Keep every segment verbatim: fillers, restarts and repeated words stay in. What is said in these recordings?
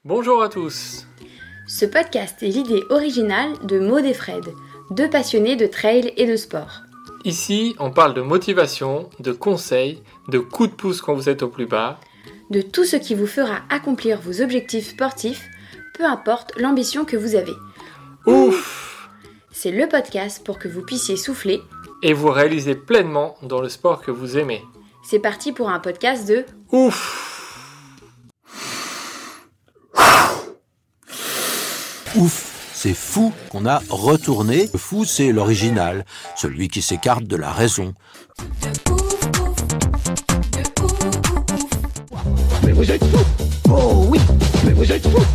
Bonjour à tous. Ce podcast est l'idée originale de Maud et Fred, deux passionnés de trail et de sport. Ici, on parle de motivation, de conseils, de coups de pouce quand vous êtes au plus bas, de tout ce qui vous fera accomplir vos objectifs sportifs, peu importe l'ambition que vous avez. Ouf! C'est le podcast pour que vous puissiez souffler Et vous réaliser pleinement dans le sport que vous aimez. C'est parti pour un podcast de Ouf! Ouf, c'est fou qu'on a retourné. Le fou, c'est l'original, celui qui s'écarte de la raison. Mais vous êtes fous! Oh oui, mais vous êtes fous!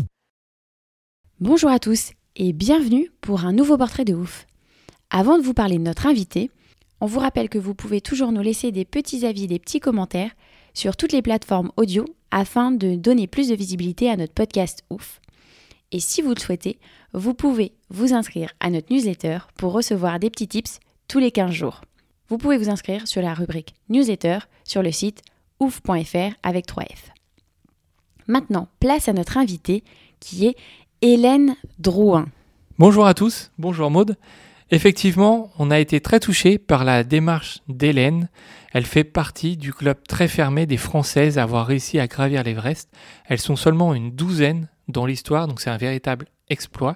Bonjour à tous et bienvenue pour un nouveau portrait de ouf. Avant de vous parler de notre invité, on vous rappelle que vous pouvez toujours nous laisser des petits avis, des petits commentaires sur toutes les plateformes audio afin de donner plus de visibilité à notre podcast ouf. Et si vous le souhaitez, vous pouvez vous inscrire à notre newsletter pour recevoir des petits tips tous les quinze jours. Vous pouvez vous inscrire sur la rubrique newsletter sur le site ouf point f r avec trois F. Maintenant, place à notre invitée qui est Hélène Drouin. Bonjour à tous, bonjour Maud. Effectivement, on a été très touchés par la démarche d'Hélène. Elle fait partie du club très fermé des Françaises à avoir réussi à gravir l'Everest. Elles sont seulement une douzaine dans l'histoire, donc c'est un véritable exploit.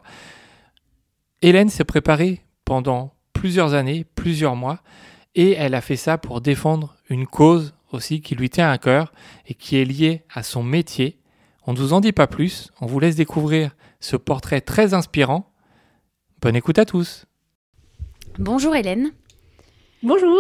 Hélène s'est préparée pendant plusieurs années, plusieurs mois, et elle a fait ça pour défendre une cause aussi qui lui tient à cœur et qui est liée à son métier. On ne vous en dit pas plus, on vous laisse découvrir ce portrait très inspirant. Bonne écoute à tous. Bonjour Hélène. Bonjour.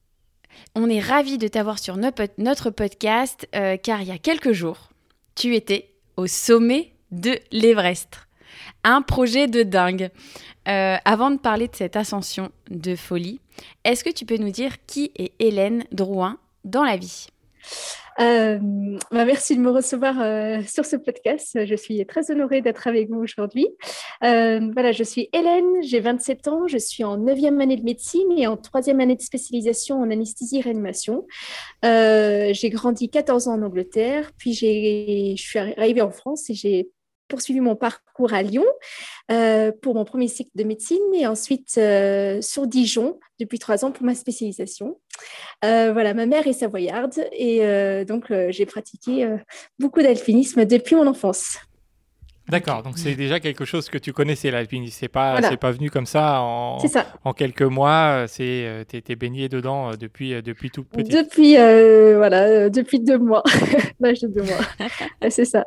On est ravis de t'avoir sur notre podcast euh, car il y a quelques jours, tu étais au sommet de l'Everest. Un projet de dingue. Euh, avant de parler de cette ascension de folie, est-ce que tu peux nous dire qui est Hélène Drouin dans la vie ? Euh, bah merci de me recevoir euh, sur ce podcast. Je suis très honorée d'être avec vous aujourd'hui. Euh, voilà, je suis Hélène, j'ai vingt-sept ans, je suis en neuvième année de médecine et en troisième année de spécialisation en anesthésie-réanimation. Euh, j'ai grandi quatorze ans en Angleterre, puis j'ai, je suis arrivée en France et j'ai poursuivi mon parcours à Lyon euh, pour mon premier cycle de médecine et ensuite euh, sur Dijon depuis trois ans pour ma spécialisation. Euh, voilà, ma mère est savoyarde et euh, donc euh, j'ai pratiqué euh, beaucoup d'alpinisme depuis mon enfance. D'accord, donc c'est déjà quelque chose que tu connaissais, l'alpinisme. C'est pas, Voilà. c'est pas venu comme ça en, C'est ça. en quelques mois. C'est, euh, t'es, t'es baigné dedans euh, depuis, euh, depuis toute petite. Depuis, euh, voilà, euh, depuis deux mois, l'âge de deux mois. C'est ça.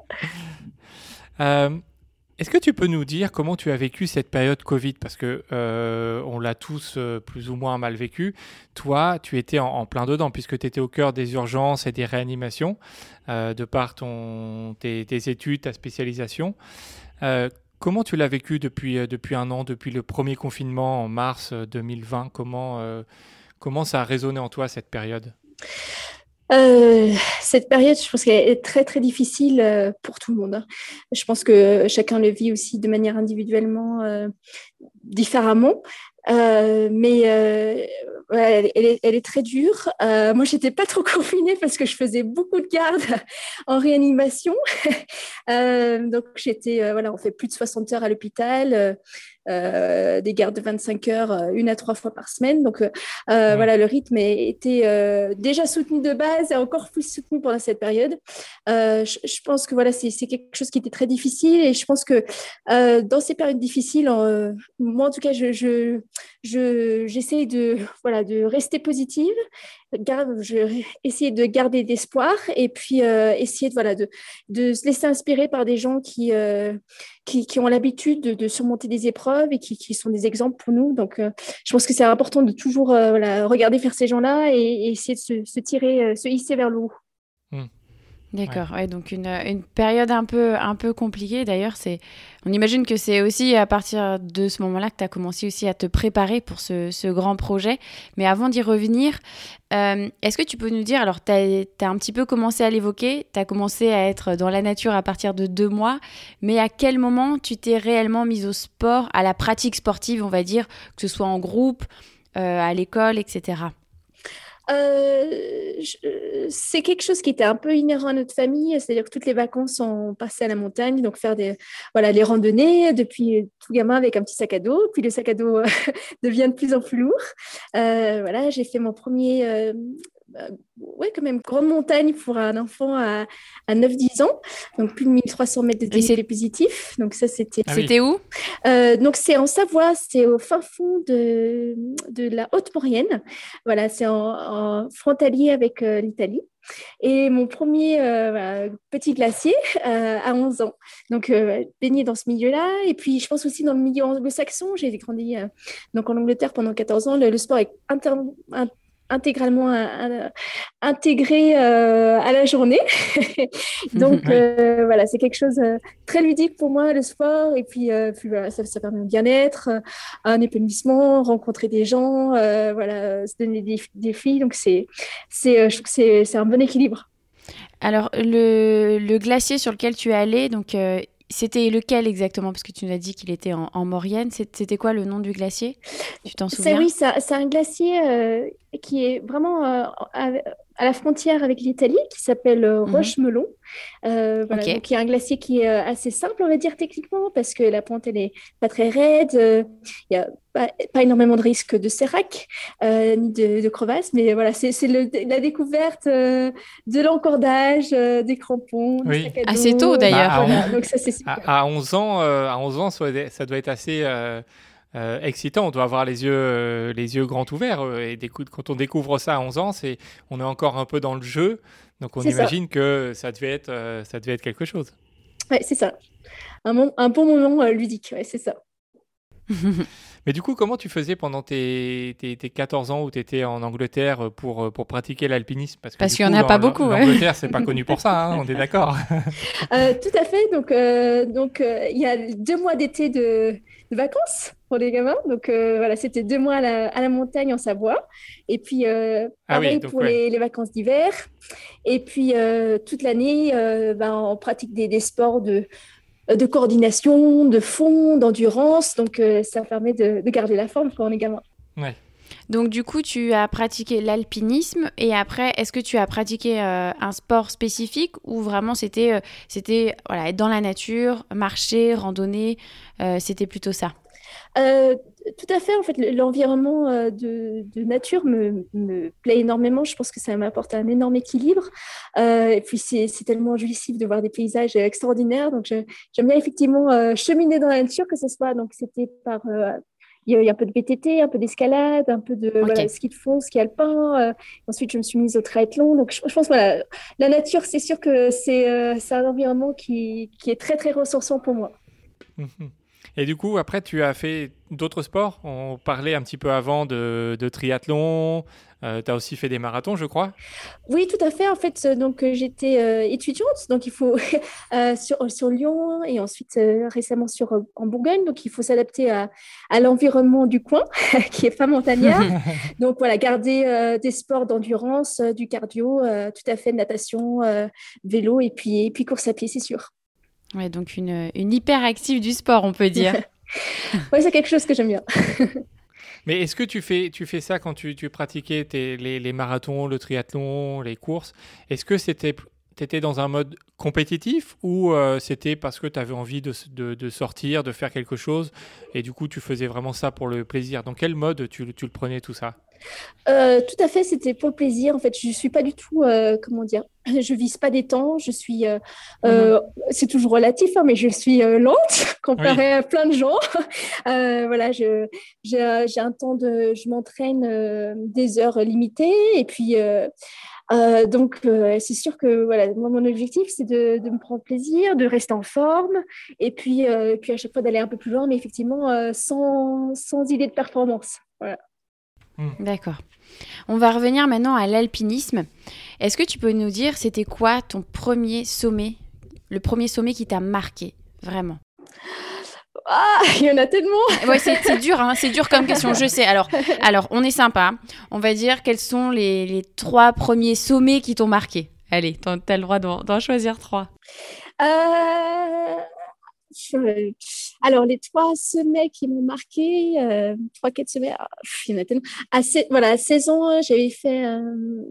Euh, est-ce que tu peux nous dire comment tu as vécu cette période Covid ? Parce que euh, on l'a tous euh, plus ou moins mal vécu. Toi, tu étais en, en plein dedans puisque tu étais au cœur des urgences et des réanimations euh, de par ton, tes, tes études, ta spécialisation. Euh, comment tu l'as vécu depuis, euh, depuis un an, depuis le premier confinement en mars deux mille vingt ? Comment, euh, comment ça a résonné en toi cette période ? Euh, cette période, je pense qu'elle est très, très difficile euh, pour tout le monde. Hein. Je pense que chacun le vit aussi de manière individuellement euh, différemment. Euh, mais euh, ouais, elle, elle, est, elle est très dure. Euh, moi, j'étais pas trop confinée parce que je faisais beaucoup de gardes en réanimation. euh, donc, j'étais, euh, voilà, on fait plus de soixante heures à l'hôpital, euh, euh, des gardes de vingt-cinq heures, euh, une à trois fois par semaine. Donc, euh, mmh. voilà, le rythme était euh, déjà soutenu de base et encore plus soutenu pendant cette période. Euh, je, je pense que voilà, c'est, c'est quelque chose qui était très difficile et je pense que euh, dans ces périodes difficiles, euh, moi, en tout cas, je, je Je, j'essaie de, voilà, de rester positive, garde, je, essayer de garder d'espoir et puis euh, essayer de, voilà, de, de se laisser inspirer par des gens qui, euh, qui, qui ont l'habitude de, de surmonter des épreuves et qui, qui sont des exemples pour nous. Donc, euh, je pense que c'est important de toujours euh, voilà, regarder vers ces gens-là et, et essayer de se, se tirer, euh, se hisser vers le haut. Mmh. D'accord, ouais. Ouais, donc une, une période un peu, un peu compliquée. D'ailleurs, c'est, on imagine que c'est aussi à partir de ce moment-là que tu as commencé aussi à te préparer pour ce, ce grand projet. Mais avant d'y revenir, euh, est-ce que tu peux nous dire, alors tu as un petit peu commencé à l'évoquer, tu as commencé à être dans la nature à partir de deux mois, mais à quel moment tu t'es réellement mise au sport, à la pratique sportive, on va dire, que ce soit en groupe, euh, à l'école, et cetera. Euh, je- c'est quelque chose qui était un peu inhérent à notre famille, c'est-à-dire que toutes les vacances sont passées à la montagne, donc faire des, voilà, les randonnées depuis tout gamin avec un petit sac à dos, puis le sac à dos devient de plus en plus lourd. Euh, voilà, j'ai fait mon premier, euh, euh, ouais, quand même, grande montagne pour un enfant à, à neuf dix ans, donc plus de mille trois cents mètres de Et c'est- dénivelé positif, donc ça c'était Ah oui. C'était où? euh, donc, c'est en Savoie, c'est au fin fond de, de la Haute-Maurienne. Voilà, c'est en, en frontalier avec euh, l'Italie. Et mon premier euh, voilà, petit glacier euh, à onze ans. Donc, euh, baigné dans ce milieu-là. Et puis, je pense aussi dans le milieu anglo-saxon. J'ai grandi euh, donc en Angleterre pendant quatorze ans. Le, le sport est inter- in- intégralement euh, intégré euh, à la journée. Donc, Oui. euh, voilà, c'est quelque chose de très ludique pour moi, le sport. Et puis, euh, puis voilà, ça, ça permet un bien-être, euh, un épanouissement, rencontrer des gens, euh, voilà, se donner des défis. Donc, c'est, c'est, euh, je trouve que c'est, c'est un bon équilibre. Alors, le, le glacier sur lequel tu es allé, donc, euh, c'était lequel exactement? Parce que tu nous as dit qu'il était en, en Maurienne. C'est- C'était quoi le nom du glacier? Tu t'en C'est, souviens? oui, ça- c'est un glacier euh, qui est vraiment euh, à, à la frontière avec l'Italie, qui s'appelle euh, Mhm. Roche-Melon. Euh, voilà, Ok. donc il y a un glacier qui est euh, assez simple, on va dire techniquement, parce que la pente elle est pas très raide. euh, Il y a pas, pas énormément de risques de sérac euh, ni de, de crevasses, mais voilà, c'est, c'est le- la découverte euh, de l'encordage, euh, des crampons, du Oui. sac à dos. Assez tôt, euh, d'ailleurs. Bah, à, Voilà, donc ça c'est super. à- à onze ans, euh, à onze ans, ça doit ça doit être assez euh, euh, excitant. On doit avoir les yeux, euh, les yeux grands ouverts. euh, Et décou- quand on découvre ça à onze ans, c'est, on est encore un peu dans le jeu. Donc on C'est ça. imagine que ça devait être, euh, ça devait être quelque chose. Ouais, c'est ça. Un, mon- un bon moment euh, ludique, ouais, c'est ça. Mais du coup, comment tu faisais pendant tes, tes, tes quatorze ans où tu étais en Angleterre pour, euh, pour pratiquer l'alpinisme? Parce que Parce du qu'il y en coup, a l'An- pas l'An- beaucoup, ouais. L'Angleterre, c'est pas connu pour ça, hein, on est d'accord. Euh, tout à fait. Donc, euh, donc euh, il y a deux mois d'été de, de vacances pour les gamins. Donc, euh, voilà, c'était deux mois à la, à la montagne en Savoie. Et puis, euh, Ah oui, pareil donc pour ouais. les, les vacances d'hiver. Et puis, euh, toute l'année, euh, ben, on pratique des, des sports de, de coordination, de fond, d'endurance. Donc, euh, ça permet de, de garder la forme quand on est gamin. Ouais. Donc, du coup, tu as pratiqué l'alpinisme et après, est-ce que tu as pratiqué euh, un sport spécifique ou vraiment c'était, euh, c'était voilà, être dans la nature, marcher, randonner, euh, c'était plutôt ça? Euh, tout à fait. En fait, le- l'environnement euh, de, de nature me, me plaît énormément. Je pense que ça m'apporte un énorme équilibre. Euh, et puis, c'est, c'est tellement jouissif de voir des paysages euh, extraordinaires. Donc, je- j'aime bien effectivement euh, cheminer dans la nature, que ce soit. Donc, c'était par. euh, il y a eu un peu de V T T, un peu d'escalade, un peu de Ok. voilà, ski de fond, ski alpin. euh, ensuite, je me suis mise au triathlon. Donc, je, je pense voilà, la nature, c'est sûr que c'est, euh, c'est un environnement qui, qui est très, très ressourçant pour moi. Mhm. Et du coup, après, tu as fait d'autres sports. On parlait un petit peu avant de, de triathlon. Euh, tu as aussi fait des marathons, je crois. Oui, tout à fait. En fait, euh, donc euh, j'étais euh, étudiante, donc il faut euh, sur, sur Lyon et ensuite euh, récemment sur euh, en Bourgogne, donc il faut s'adapter à, à l'environnement du coin, qui est pas montagnard. Donc voilà, garder euh, des sports d'endurance, euh, du cardio, euh, tout à fait, natation, euh, vélo et puis et puis course à pied, c'est sûr. Ouais, donc une, une hyperactive du sport, on peut dire. Ouais, c'est quelque chose que j'aime bien. Mais est-ce que tu fais, tu fais ça quand tu, tu pratiquais tes- les, les marathons, le triathlon, les courses? Est-ce que c'était, t'étais dans un mode compétitif ou euh, c'était parce que tu avais envie de, de, de sortir, de faire quelque chose et du coup tu faisais vraiment ça pour le plaisir? Dans quel mode tu, tu le prenais tout ça? Euh, tout à fait, c'était pour le plaisir. En fait, je suis pas du tout, euh, comment dire, je vise pas des temps. Je suis, euh, euh, c'est toujours relatif, hein, mais je suis euh, lente comparée à plein de gens. Euh, voilà, je, j'ai, j'ai un temps de, je m'entraîne euh, des heures limitées et puis. Euh, euh, donc, euh, c'est sûr que voilà, moi, mon objectif, c'est de, de me prendre plaisir, de rester en forme, et puis, euh, puis à chaque fois d'aller un peu plus loin, mais effectivement euh, sans, sans idée de performance. Voilà. D'accord. On va revenir maintenant à l'alpinisme. Est-ce que tu peux nous dire, c'était quoi ton premier sommet, le premier sommet qui t'a marqué, vraiment? Ah, il y en a tellement. Ouais, c'est, c'est dur, hein, c'est dur comme question, je sais. Alors, alors, on est sympa. On va dire quels sont les, les trois premiers sommets qui t'ont marqué. Allez, t'en- t'as le droit d'en, d'en choisir trois. Euh, je- Alors, les trois sommets qui m'ont marqué, euh, trois, quatre sommets, ah, il y en a tellement. À, se- voilà, à seize ans, j'avais fait euh,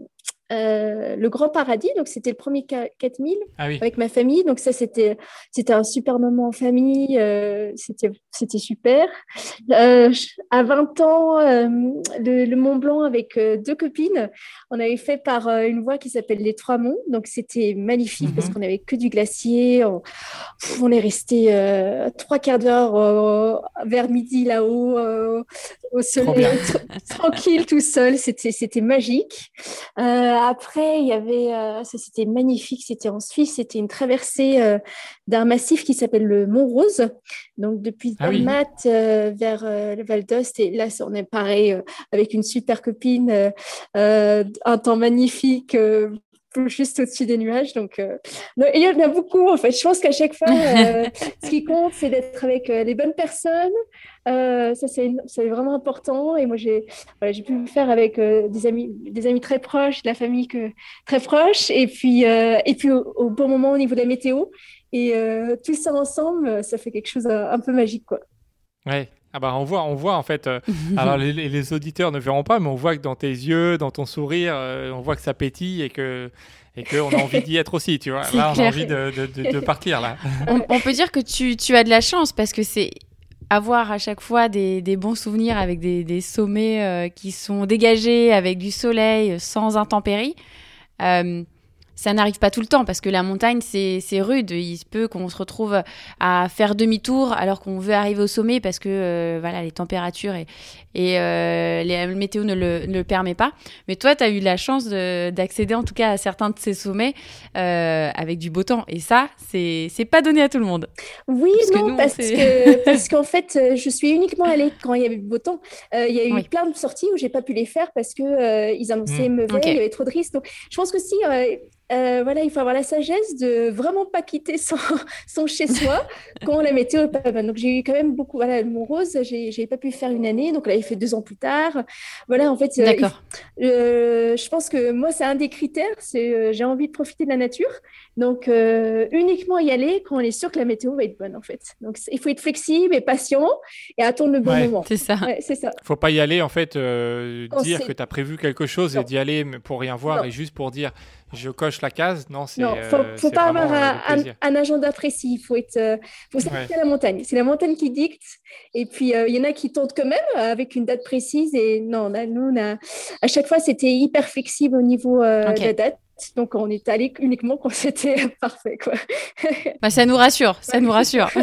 euh, le Grand Paradis, donc c'était le premier quatre mille Ah oui. avec ma famille. Donc ça, c'était, c'était un super moment en famille, euh, c'était, c'était super. Euh, à vingt ans, euh, le, le Mont Blanc avec euh, deux copines, on avait fait par euh, une voie qui s'appelle les Trois Monts, donc c'était magnifique parce Mhm. qu'on n'avait que du glacier. On, pff, on est resté euh, trois quarts d'heure euh, vers midi là-haut, euh, au Trop bien. soleil, tr- tranquille tout seul, c'était, c'était magique. Euh, après, il y avait, euh, ça c'était magnifique, c'était en Suisse, c'était une traversée euh, d'un massif qui s'appelle le Mont Rose. Donc depuis Ah oui. Zermatt euh, vers euh, le Val d'Ost, et là on est pareil euh, avec une super copine, euh, euh, un temps magnifique. Euh, juste au-dessus des nuages. Donc, euh, non, il y en a beaucoup, en fait. Je pense qu'à chaque fois, euh, ce qui compte, c'est d'être avec euh, les bonnes personnes. Euh, ça, c'est, c'est vraiment important. Et moi, j'ai, voilà, j'ai pu le faire avec euh, des amis, des amis très proches, de la famille que, très proche. Et puis, euh, et puis au, au bon moment au niveau de la météo. Et euh, tout ça ensemble, ça fait quelque chose un, un peu magique, quoi. Ouais. Ah bah on voit, on voit en fait. euh, alors les, les- les auditeurs ne verront pas, mais on voit que dans tes yeux, dans ton sourire, euh, on voit que ça pétille et que et que on a envie d'y être aussi. Tu vois. C'est Là, on a clair. envie de, de, de, de partir là. On, on peut dire que tu, tu as de la chance parce que c'est avoir à chaque fois des, des bons souvenirs avec des, des sommets euh, qui sont dégagés, avec du soleil, sans intempéries. Euh, ça n'arrive pas tout le temps parce que la montagne, c'est, c'est rude. Il se peut qu'on se retrouve à faire demi-tour alors qu'on veut arriver au sommet parce que euh, voilà, les températures et, et euh, les, le météo ne le, ne le permet pas. Mais toi, tu as eu la chance de, d'accéder en tout cas à certains de ces sommets euh, avec du beau temps. Et ça, c'est, c'est pas donné à tout le monde. Oui, Parce que non, nous, on parce sait- que parce qu'en fait, euh, je suis uniquement allée quand il y avait du beau temps. Euh, il y a eu Oui. plein de sorties où j'ai pas pu les faire parce que euh, ils annonçaient Hmm. mauvais, Ok. il y avait trop de risques. Donc, je pense que si, euh, euh, voilà, il faut avoir la sagesse de vraiment pas quitter son, son chez soi quand la météo est pas bonne. Donc, j'ai eu quand même beaucoup. Voilà, le Mont Rose, j'ai j'ai pas pu faire une année, donc là, il fait deux ans plus tard. Voilà, en fait, euh, il- D'accord. euh, je pense que moi, c'est un des critères, c'est euh, j'ai envie de profiter de la nature. Donc, euh, uniquement y aller quand on est sûr que la météo va être bonne, en fait. Donc, il faut être flexible et patient et attendre le bon Ouais. moment. C'est ça. Ouais, c'est ça. Faut pas y aller en fait, euh, Quand dire c'est- que tu as prévu quelque chose Non. et d'y aller mais pour rien voir Non. et juste pour dire je coche la case. Non, c'est Non, faut, euh, faut c'est pas vraiment avoir euh, un, le un- plaisir. un agenda précis. Il faut être, euh, faut Ouais. s'adapter à la montagne. C'est la montagne qui dicte. Et puis, euh, il y en a qui tentent quand même euh, avec une date précise. Et non, là, nous, on a, à chaque fois, c'était hyper flexible au niveau euh, Ok. de la date. Donc, on est allé uniquement quand c'était parfait, quoi. Bah, ça nous rassure. Ça nous rassure.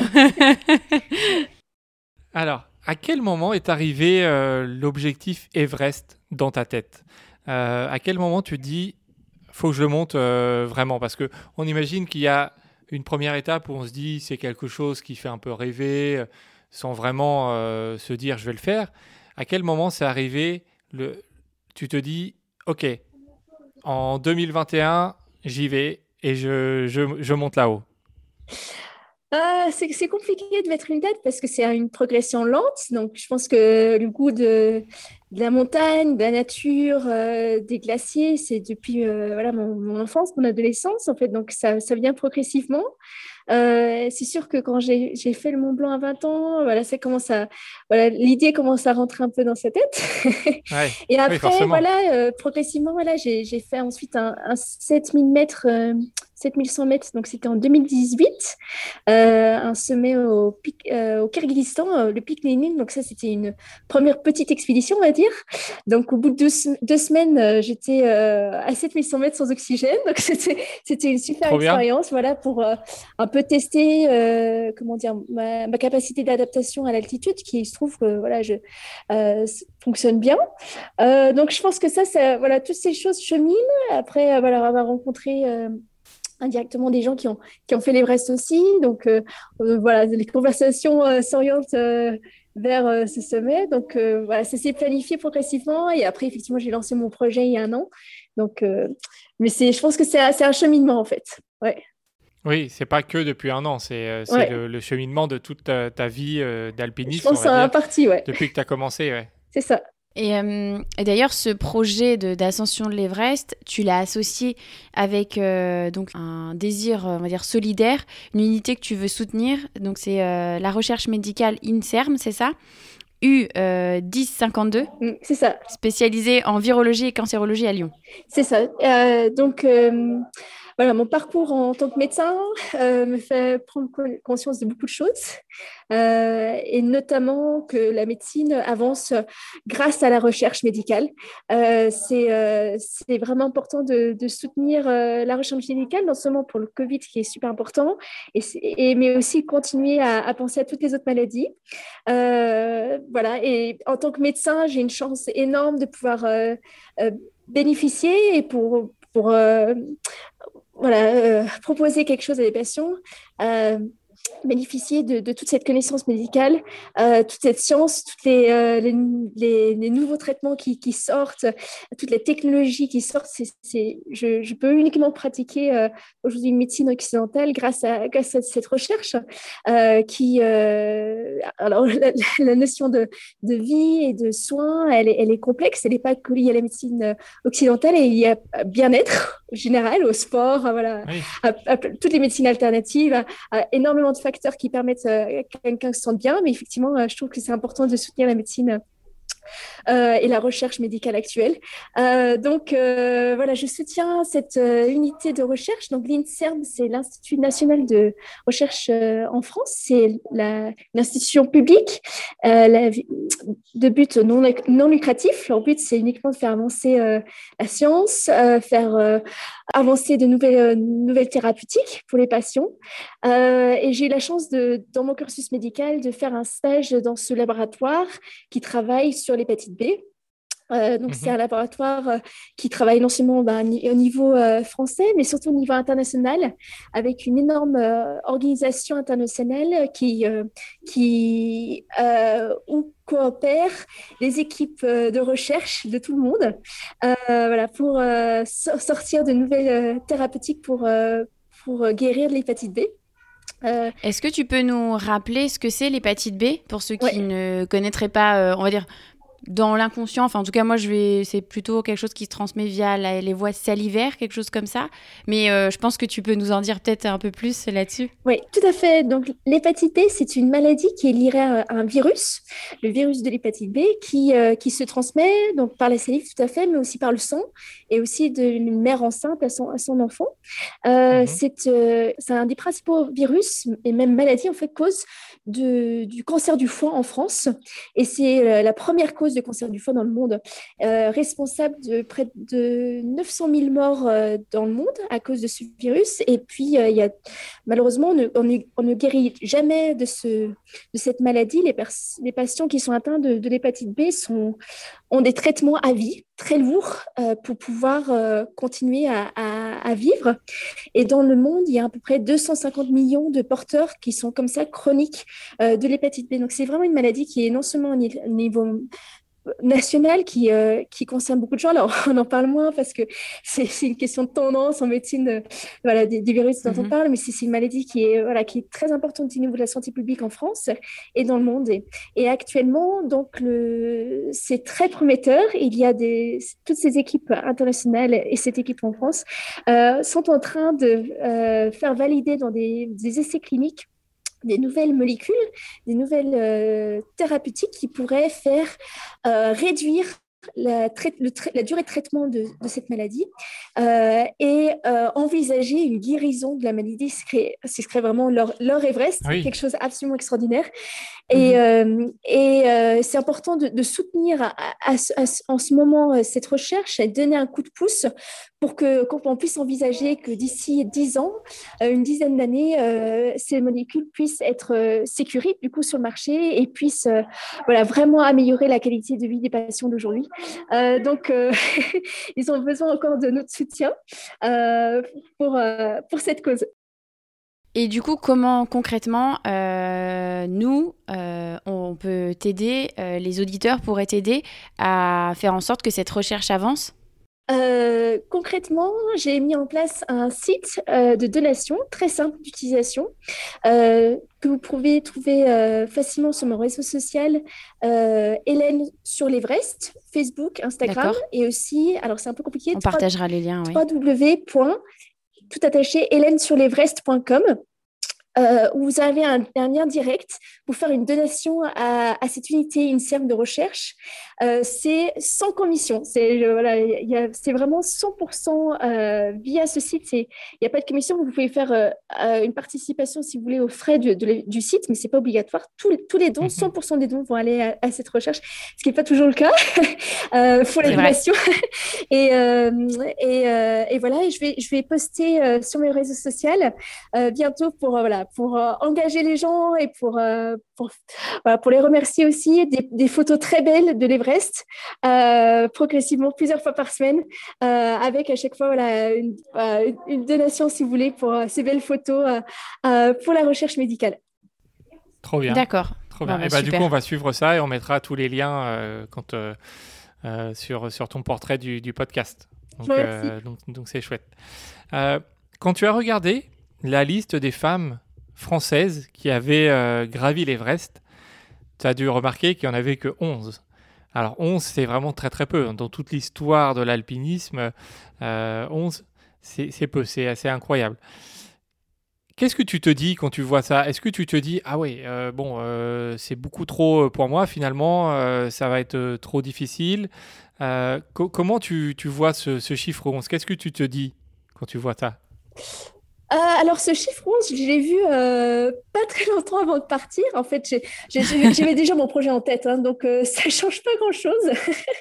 Alors, à quel moment est arrivé euh, l'objectif Everest dans ta tête? Euh, À quel moment tu te dis faut que je le monte euh, vraiment? Parce que on imagine qu'il y a une première étape où on se dit c'est quelque chose qui fait un peu rêver, euh, sans vraiment euh, se dire je vais le faire. À quel moment c'est arrivé le... Tu te dis ok, en deux mille vingt et un, j'y vais et je, je, je monte là-haut. Ah, c'est c'est compliqué de mettre une date parce que c'est une progression lente. Donc, je pense que le goût de, de la montagne, de la nature, euh, des glaciers, c'est depuis euh, voilà, mon, mon enfance, mon adolescence, en fait. Donc, ça, ça vient progressivement. Euh, c'est sûr que quand j'ai j'ai fait le Mont Blanc à vingt ans, voilà, ça commence à, voilà, l'idée commence à rentrer un peu dans sa tête. Ouais, Et oui, après, forcément. voilà, euh, progressivement, voilà, j'ai j'ai fait ensuite un, un sept mille mètres, euh, sept mille cent mètres, donc c'était en deux mille dix-huit, euh, un sommet au, pic, euh, au Kyrgyzstan, euh, le pic Lénine. Donc ça, c'était une première petite expédition, on va dire. Donc au bout de deux, se- deux semaines, euh, j'étais euh, à sept mille cent mètres sans oxygène. Donc c'était c'était une super Trop bien. expérience, voilà, pour euh, un peu tester, euh, comment dire, ma, ma capacité d'adaptation à l'altitude, qui se trouve que voilà, je euh, s- fonctionne bien. Euh, donc je pense que ça, ça, voilà, toutes ces choses cheminent. Après, euh, voilà, avoir rencontré euh, indirectement des gens qui ont, qui ont fait l'Everest aussi. Donc, euh, euh, voilà, les conversations euh, s'orientent euh, vers euh, ce sommet. Donc, euh, voilà, ça s'est planifié progressivement. Et après, effectivement, j'ai lancé mon projet il y a un an. Donc, euh, mais c'est, je pense que c'est, c'est un cheminement, en fait. Ouais, Oui, c'est pas que depuis un an, c'est euh, c'est ouais. le, le cheminement de toute ta, ta vie euh, Je d'alpiniste, on pense va à un dire, parti, ouais. depuis que tu as commencé. Ouais. C'est ça. Et, euh, et d'ailleurs, ce projet de, d'ascension de l'Everest, tu l'as associé avec euh, donc un désir, on va dire, solidaire, une unité que tu veux soutenir. Donc, c'est euh, la recherche médicale INSERM, c'est ça ? U euh, dix cinquante-deux, Mm, c'est ça. spécialisée en virologie et cancérologie à Lyon. C'est ça. Euh, donc, euh, voilà, mon parcours en tant que médecin euh, me fait prendre conscience de beaucoup de choses, euh, et notamment que la médecine avance grâce à la recherche médicale. Euh, c'est, euh, c'est vraiment important de, de soutenir euh, la recherche médicale, non seulement pour le Covid, qui est super important, et, et, mais aussi continuer à, à penser à toutes les autres maladies. Euh, voilà, et en tant que médecin, j'ai une chance énorme de pouvoir euh, euh, bénéficier et pour, pour euh, voilà, euh, proposer quelque chose à des patients, euh, bénéficier de, de toute cette connaissance médicale, euh, toute cette science, tous les, euh, les, les, les nouveaux traitements qui, qui sortent, toutes les technologies qui sortent. C'est, c'est, je, je peux uniquement pratiquer euh, aujourd'hui une médecine occidentale grâce à, grâce à cette recherche euh, qui... Euh, alors, la, la notion de, de vie et de soins, elle est, elle est complexe. Elle n'est pas que liée à la médecine occidentale, et il y a bien-être général, au sport, voilà, Oui. à, à, à toutes les médecines alternatives, à, à énormément de facteurs qui permettent euh, à quelqu'un de se sentir bien. Mais effectivement, euh, je trouve que c'est important de soutenir la médecine euh, et la recherche médicale actuelle. Euh, donc, euh, voilà, je soutiens cette euh, unité de recherche. Donc, l'INSERM, c'est l'Institut national de recherche euh, en France. C'est la, l'institution publique euh, la, de but non, non lucratif. Leur but, c'est uniquement de faire avancer euh, la science, euh, faire euh, avancer de nouvelles, euh, nouvelles thérapeutiques pour les patients. Euh, et j'ai eu la chance, de, dans mon cursus médical, de faire un stage dans ce laboratoire qui travaille sur l'hépatite B. Euh, donc, mm-hmm. c'est un laboratoire euh, qui travaille non seulement bah, au niveau euh, français, mais surtout au niveau international, avec une énorme euh, organisation internationale qui, euh, qui euh, où coopèrent les équipes euh, de recherche de tout le monde euh, voilà, pour euh, so- sortir de nouvelles euh, thérapeutiques pour, euh, pour guérir de l'hépatite B. Euh, Est-ce que tu peux nous rappeler ce que c'est l'hépatite B, pour ceux qui ouais. ne connaîtraient pas, euh, on va dire, dans l'inconscient, enfin en tout cas moi je vais, c'est plutôt quelque chose qui se transmet via la, les voies salivaires, quelque chose comme ça, mais euh, je pense que tu peux nous en dire peut-être un peu plus là-dessus. Oui, tout à fait. Donc l'hépatite B, c'est une maladie qui est liée à un virus, le virus de l'hépatite B, qui, euh, qui se transmet donc par la salive, tout à fait, mais aussi par le sang, et aussi d'une mère enceinte à son, à son enfant. Euh, mm-hmm. c'est, euh, c'est un des principaux virus, et même maladie en fait, cause de, du cancer du foie en France, et c'est euh, la première cause de cancer du foie dans le monde, euh, responsable de près de neuf cent mille morts euh, dans le monde à cause de ce virus. Et puis, il euh, y a malheureusement, on ne, on, ne, on ne guérit jamais de, ce, de cette maladie. Les, pers- les patients qui sont atteints de, de l'hépatite B sont, ont des traitements à vie très lourds euh, pour pouvoir euh, continuer à, à, à vivre. Et dans le monde, il y a à peu près deux cent cinquante millions de porteurs qui sont comme ça chroniques euh, de l'hépatite B. Donc, c'est vraiment une maladie qui est non seulement au niveau national qui, euh, qui concerne beaucoup de gens. Alors, on en parle moins parce que c'est, c'est une question de tendance en médecine, euh, voilà, des, des virus dont mm-hmm. on parle, mais c'est, c'est une maladie qui est, voilà, qui est très importante au niveau de la santé publique en France et dans le monde. Et, et actuellement, donc, le, c'est très prometteur. Il y a des, toutes ces équipes internationales et cette équipe en France euh, sont en train de euh, faire valider dans des, des essais cliniques des nouvelles molécules, des nouvelles euh, thérapeutiques qui pourraient faire euh, réduire la, trai- le tra- la durée de traitement de, de cette maladie euh, et euh, envisager une guérison de la maladie. Ce serait, ce serait vraiment leur, leur Everest, oui. quelque chose absolument extraordinaire. Et, mmh. euh, et euh, c'est important de, de soutenir à, à, à, en ce moment euh, cette recherche et donner un coup de pouce pour que, qu'on puisse envisager que d'ici dix ans, euh, une dizaine d'années, euh, ces molécules puissent être euh, sécurisées du coup sur le marché et puissent euh, voilà, vraiment améliorer la qualité de vie des patients d'aujourd'hui. Euh, donc, euh, ils ont besoin encore de notre soutien euh, pour, euh, pour cette cause. Et du coup, comment concrètement, euh, nous, euh, on peut t'aider, euh, les auditeurs pourraient t'aider à faire en sorte que cette recherche avance ? Euh, concrètement, j'ai mis en place un site euh, de donation très simple d'utilisation euh, que vous pouvez trouver euh, facilement sur mon réseau social euh, Hélène sur l'Everest, Facebook, Instagram D'accord. et aussi, alors c'est un peu compliqué, On partagera les liens, oui. w w w tout attaché hélène sur l'Everest point com. Euh, où vous avez un, un lien direct pour faire une donation à, à cette unité INSERM de recherche. Euh, c'est sans commission. C'est, euh, voilà, y a, c'est vraiment cent pour cent euh, via ce site. Il n'y a pas de commission. Vous pouvez faire euh, une participation, si vous voulez, aux frais de, de, du site, mais ce n'est pas obligatoire. Tous, tous les dons, cent pour cent des dons vont aller à, à cette recherche, ce qui n'est pas toujours le cas euh, pour la donation. et, euh, et, euh, et voilà, et je, vais, je vais poster euh, sur mes réseaux sociaux euh, bientôt pour... Euh, voilà, pour euh, engager les gens et pour, euh, pour, voilà, pour les remercier aussi, des, des photos très belles de l'Everest, euh, progressivement plusieurs fois par semaine, euh, avec à chaque fois voilà, une, euh, une donation, si vous voulez, pour euh, ces belles photos euh, euh, pour la recherche médicale. Trop bien. D'accord. Trop bien. Bon, bah, et bah, du super. coup, on va suivre ça et on mettra tous les liens euh, quand, euh, euh, sur, sur ton portrait du, du podcast. Donc, euh, donc, donc, c'est chouette. Euh, quand tu as regardé la liste des femmes françaises qui avaient euh, gravi l'Everest, tu as dû remarquer qu'il n'y en avait que onze. Alors onze, c'est vraiment très très peu. Dans toute l'histoire de l'alpinisme, euh, onze, c'est, c'est peu, c'est assez incroyable. Qu'est-ce que tu te dis quand tu vois ça ? Est-ce que tu te dis « Ah ouais, euh, bon, euh, c'est beaucoup trop pour moi finalement, euh, ça va être euh, trop difficile euh, ». Co- comment tu, tu vois ce, ce chiffre onze ? Qu'est-ce que tu te dis quand tu vois ça ? Euh, alors, ce chiffre onze, je l'ai vu euh, pas très longtemps avant de partir. En fait, j'ai, j'ai, j'avais déjà mon projet en tête, hein, donc euh, ça ne change pas grand-chose.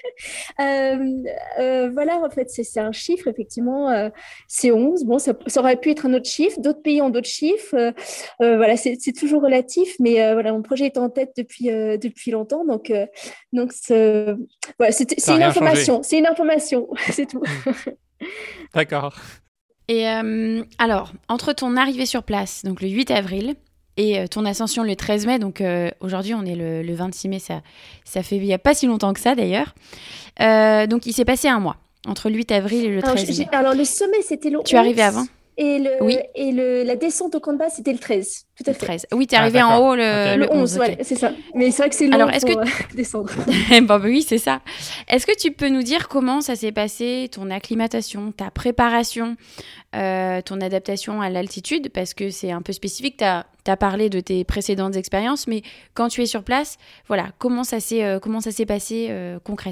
euh, euh, voilà, en fait, c'est, c'est un chiffre, effectivement, euh, c'est onze. Bon, ça, ça aurait pu être un autre chiffre. D'autres pays ont d'autres chiffres. Euh, euh, voilà, c'est, c'est toujours relatif, mais euh, voilà, mon projet est en tête depuis, euh, depuis longtemps. Donc, euh, donc c'est, voilà, c'est, c'est une information. Changé. C'est une information, c'est tout. D'accord. Et euh, alors, entre ton arrivée sur place, donc le huit avril, et euh, ton ascension le treize mai, donc euh, aujourd'hui on est le, le vingt-six mai, ça, ça fait il n'y a pas si longtemps que ça d'ailleurs. Euh, donc il s'est passé un mois, entre le huit avril et le treize alors, mai. Alors le sommet c'était le onze. Tu es arrivé avant ? Et, le, oui. et le, la descente au camp de base, c'était le treize. Tout à fait. Le treize. Oui, tu es arrivé ah, en haut le, okay. le, le onze. onze, ouais, okay. C'est ça. Mais c'est vrai que c'est long Alors, est-ce pour que... euh, descendre. bon, bah oui, c'est ça. Est-ce que tu peux nous dire comment ça s'est passé, ton acclimatation, ta préparation, euh, ton adaptation à l'altitude ? Parce que c'est un peu spécifique. Tu as parlé de tes précédentes expériences, mais quand tu es sur place, voilà, comment ça s'est, euh, comment ça s'est passé euh, concrètement ?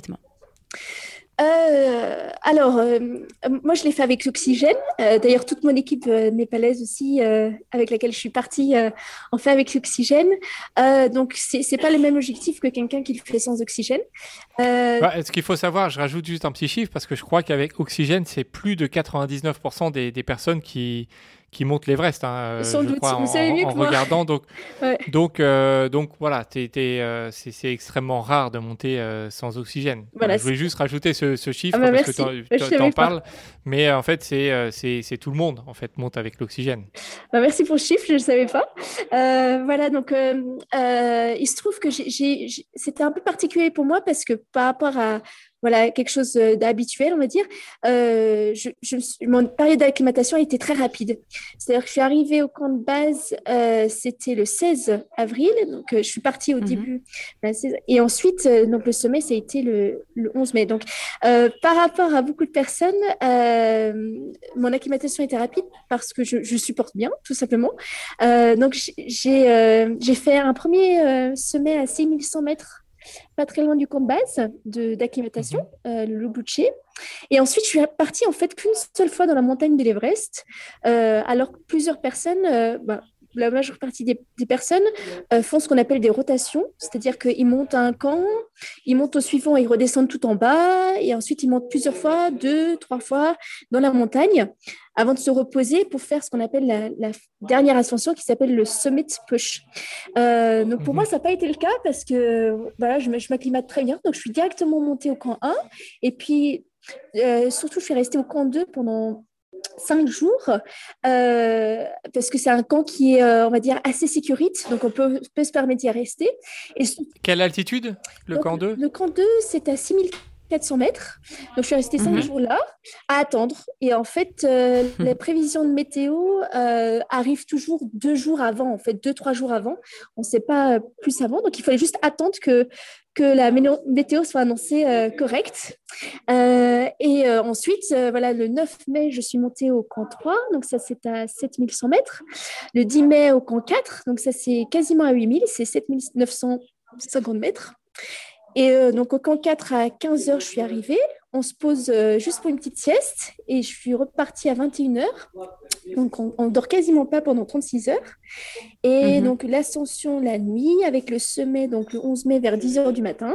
Euh, alors, euh, moi, je l'ai fait avec l'oxygène. Euh, d'ailleurs, toute mon équipe euh, népalaise aussi, euh, avec laquelle je suis partie, euh, en fait avec l'oxygène. Euh, donc, c'est, c'est pas le même objectif que quelqu'un qui le fait sans oxygène. Euh... Ouais, ce qu'il faut savoir, je rajoute juste un petit chiffre, parce que je crois qu'avec oxygène, c'est plus de quatre-vingt-dix-neuf pour cent des, des personnes qui... qui montent l'Everest, hein, Sans je doute, crois, vous savez en, mieux en que moi. regardant. Donc, ouais. donc, euh, donc voilà, t'es, t'es, euh, c'est, c'est extrêmement rare de monter euh, sans oxygène. Voilà, euh, je voulais juste rajouter ce, ce chiffre ah bah parce merci. que tu en parles, mais euh, en fait, c'est, euh, c'est, c'est tout le monde en fait monte avec l'oxygène. Bah merci pour le chiffre, je ne le savais pas. Euh, voilà, donc euh, euh, il se trouve que j'ai, j'ai, j'ai... c'était un peu particulier pour moi parce que par rapport à voilà, quelque chose d'habituel, on va dire. Euh, je, je, mon période d'acclimatation a été très rapide. C'est-à-dire que je suis arrivée au camp de base, euh, c'était le seize avril, donc euh, je suis partie au mm-hmm. début. Et ensuite, euh, donc, le sommet, ça a été le, le onze mai. Donc, euh, par rapport à beaucoup de personnes, euh, mon acclimatation était rapide parce que je, je supporte bien, tout simplement. Euh, donc, j'ai, euh, j'ai fait un premier euh, sommet à six mille cent mètres, pas très loin du camp de base de, d'acclimatation, mmh. euh, le Lubluce. Et ensuite, je suis partie en fait qu'une seule fois dans la montagne de l'Everest, euh, alors que plusieurs personnes, euh, bah, la majeure partie des, des personnes euh, font ce qu'on appelle des rotations, c'est-à-dire qu'ils montent à un camp, ils montent au suivant, ils redescendent tout en bas, et ensuite ils montent plusieurs fois, deux, trois fois dans la montagne, avant de se reposer pour faire ce qu'on appelle la, la dernière ascension qui s'appelle le Summit Push. Euh, donc pour mmh. moi, ça n'a pas été le cas parce que voilà, je, je m'acclimate très bien, donc je suis directement montée au camp un, et puis euh, surtout je suis restée au camp deux pendant cinq jours, euh, parce que c'est un camp qui est, euh, on va dire, assez sécurite, donc on peut, peut se permettre d'y rester. Et quelle altitude, le donc, camp deux ? Le camp deux, c'est à six mille quatre cents mètres. Donc, je suis restée cinq Mhm. jours là à attendre. Et en fait, euh, les prévisions de météo euh, arrivent toujours deux jours avant, en fait, deux, trois jours avant. On ne sait pas plus avant. Donc, il fallait juste attendre que, que la méno- météo soit annoncée euh, correcte. Euh, et euh, ensuite, euh, voilà, le neuf mai, je suis montée au camp trois. Donc, ça, c'est à sept mille cent mètres. Le dix mai, au camp quatre. Donc, ça, c'est quasiment à huit mille. C'est sept mille neuf cent cinquante mètres. Et euh, donc, au camp quatre, à quinze heures, je suis arrivée. On se pose euh, juste pour une petite sieste et je suis repartie à vingt et une heures. Donc, on ne dort quasiment pas pendant trente-six heures. Et Mhm. donc, l'ascension la nuit avec le sommet, donc le onze mai vers dix heures du matin.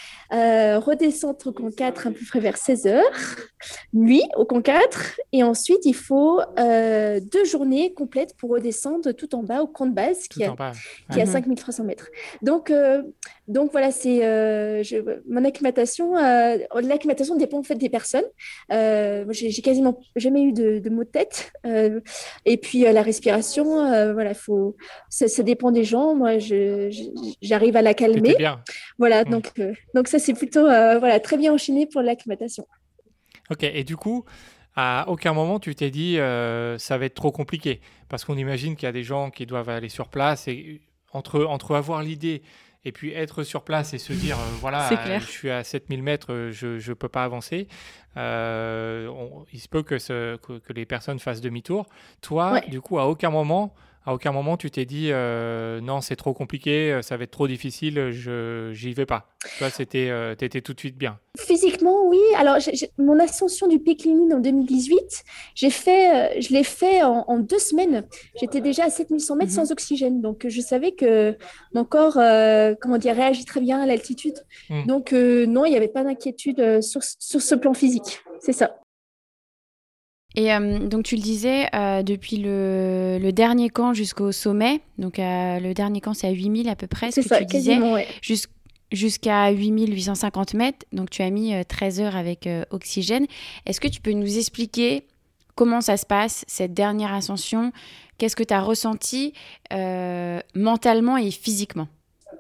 Euh, redescendre au camp quatre à peu près vers seize heures, nuit au camp quatre, et ensuite il faut euh, deux journées complètes pour redescendre tout en bas au camp de base qui, Tout a, en bas. qui est à Mhm. cinq mille trois cents mètres. Donc, euh, donc voilà, c'est euh, je, mon acclimatation. Euh, l'acclimatation dépend en fait des personnes. Euh, moi, j'ai, j'ai quasiment jamais eu de, de maux de tête. Euh, et puis euh, la respiration, euh, voilà, faut, ça, ça dépend des gens. Moi, je, je- j'arrive à la T'étais calmer. bien. Voilà, Hmm. donc, euh, donc ça, c'est plutôt euh, voilà, très bien enchaîné pour l'acclimatation. Ok, et du coup, à aucun moment tu t'es dit euh, ça va être trop compliqué. Parce qu'on imagine qu'il y a des gens qui doivent aller sur place et entre, entre avoir l'idée et puis être sur place et se dire euh, C'est voilà, clair. je suis à sept mille mètres, euh, je ne peux pas avancer, euh, on- il se peut que, ce- que, que les personnes fassent demi-tour. Toi, Ouais. du coup, à aucun moment. À aucun moment, tu t'es dit euh, non, c'est trop compliqué, euh, ça va être trop difficile, je j'y vais pas. Toi, c'était, euh, t'étais tout de suite bien. Physiquement, oui. Alors, j'ai- j'ai- mon ascension du pic Lénine en deux mille dix-huit, j'ai fait, euh, je l'ai fait en, en deux semaines. J'étais déjà à sept mille cent mètres Mhm. sans oxygène. Donc, euh, je savais que mon corps, euh, comment dire, réagit très bien à l'altitude. Hmm. Donc, euh, non, il n'y avait pas d'inquiétude euh, sur, sur ce plan physique. C'est ça. Et euh, donc tu le disais, euh, depuis le, le dernier camp jusqu'au sommet, donc euh, le dernier camp c'est à huit mille à peu près, ce C'est que ça, tu disais, quasiment, ouais. jus- jusqu'à huit mille huit cent cinquante mètres, donc tu as mis euh, treize heures avec euh, oxygène. Est-ce que tu peux nous expliquer comment ça se passe, cette dernière ascension? Qu'est-ce que tu as ressenti euh, mentalement et physiquement?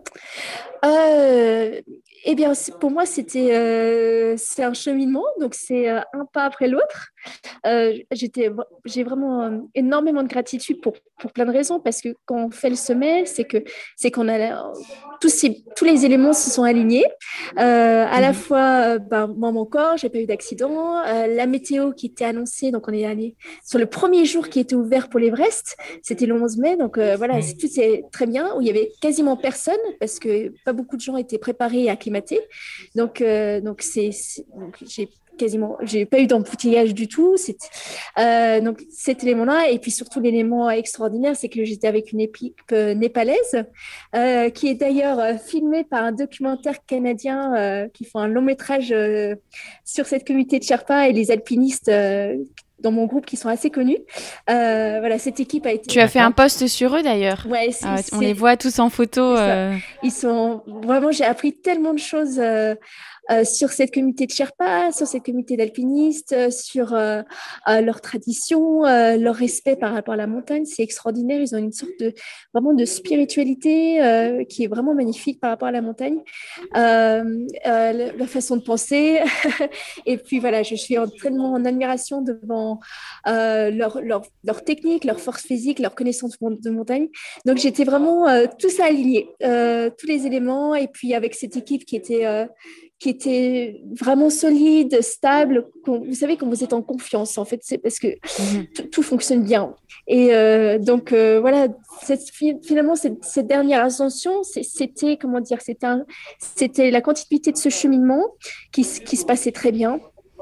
Euh, eh bien, c'est- pour moi, c'était euh, c'est un cheminement. Donc, c'est euh, un pas après l'autre. Euh, j'étais, j'ai vraiment euh, énormément de gratitude pour, pour plein de raisons, parce que quand on fait le sommet, c'est que c'est qu'on a la- tous, ces, tous les éléments se sont alignés. Euh, à la Mhm. fois, euh, ben, moi, mon corps, j'ai pas eu d'accident, euh, la météo qui était annoncée, donc on est allé sur le premier jour qui était ouvert pour l'Everest, c'était le onze mai, donc euh, voilà, Hmm. c'est- tout c'est très bien, où il y avait quasiment personne, parce que pas beaucoup de gens étaient préparés et acclimatés. Donc, euh, donc c'est, c'est- donc j'ai quasiment, j'ai pas eu d'embouteillage du tout. C'était, euh, donc cet élément-là, et puis surtout l'élément extraordinaire, c'est que j'étais avec une équipe euh, népalaise, euh, qui est d'ailleurs euh, filmée par un documentaire canadien euh, qui font un long métrage euh, sur cette communauté de Sherpa et les alpinistes. Euh, dans mon groupe qui sont assez connus. Euh, voilà, cette équipe a été... Tu as fait un D'accord. post sur eux d'ailleurs. Ouais, c'est, Euh, on les c'est, voit tous en photo. c'est ça. euh, Ils sont vraiment, j'ai appris tellement de choses euh, euh, sur cette communauté de Sherpas, sur cette communauté d'alpinistes, euh, sur euh, euh, leur tradition, euh, leur respect par rapport à la montagne. C'est extraordinaire. Ils ont une sorte de vraiment de spiritualité euh, qui est vraiment magnifique par rapport à la montagne. Euh, euh, la, la façon de penser. Et puis voilà, je suis en, tellement en admiration devant euh, leur, leur, leur technique, leur force physique, leur connaissance de montagne. Donc j'étais vraiment euh, tout ça aligné, euh, tous les éléments, et puis avec cette équipe qui était, euh, qui était vraiment solide, stable. Quand, vous savez, quand vous êtes en confiance, en fait, c'est parce que mhm. tout, tout fonctionne bien. Et euh, donc euh, voilà, cette, finalement, cette, cette dernière ascension, c'était, comment dire, c'était, un, c'était la continuité de ce cheminement qui, qui se passait très bien.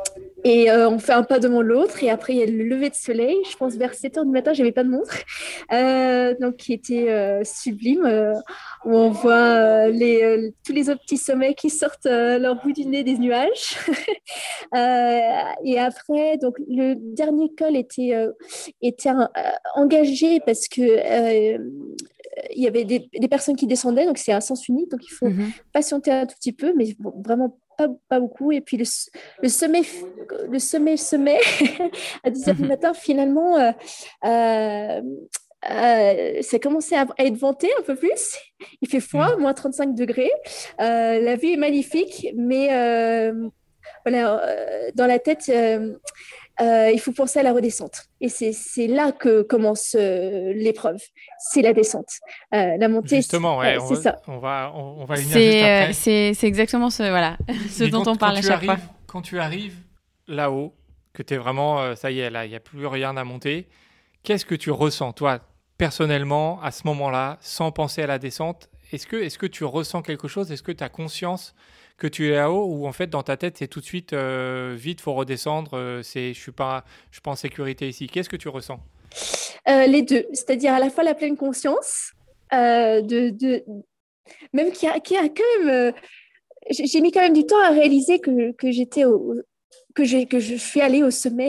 Et euh, on fait un pas devant l'autre. Et après, il y a le lever de soleil. Je pense vers sept heures du matin, je n'avais pas de montre. Euh, donc, qui était euh, sublime. Euh, où on voit euh, les, euh, tous les autres petits sommets qui sortent euh, leur bout du nez des nuages. euh, et après, donc, le dernier col était, euh, était euh, engagé parce que... Euh, il y avait des, des personnes qui descendaient, donc c'est à sens unique, donc il faut Mhm. patienter un tout petit peu, mais bon, vraiment pas, pas beaucoup. Et puis le, le sommet, le sommet, sommet à dix heures du matin, finalement, euh, euh, euh, ça commençait à, à être venté un peu plus. Il fait froid, Hmm. moins trente-cinq degrés. Euh, la vue est magnifique, mais... Euh, voilà, euh, dans la tête, euh, euh, il faut penser à la redescente. Et c'est, c'est là que commence euh, l'épreuve. C'est la descente. Euh, la montée, Justement, c'est, ouais, euh, on, c'est va, ça. on, va, on, on va y venir juste C'est, euh, après. c'est, c'est exactement ce, voilà, ce Mais dont quand, on parle quand à tu chaque arrives, fois. Quand tu arrives là-haut, que tu es vraiment, euh, ça y est, là, il n'y a plus rien à monter, qu'est-ce que tu ressens, toi, personnellement, à ce moment-là, sans penser à la descente? Est-ce que, est-ce que tu ressens quelque chose? Est-ce que tu as conscience que tu es là-haut ou en fait, dans ta tête, c'est tout de suite, euh, vite, faut redescendre, euh, c'est, je suis pas, je suis pas en sécurité ici. Qu'est-ce que tu ressens? Euh, les deux, c'est-à-dire à la fois la pleine conscience, euh, de, de, même qui a, qui a quand même... euh, j'ai j'ai mis quand même du temps à réaliser que, que j'étais au, que, j'ai, que je suis allée au sommet.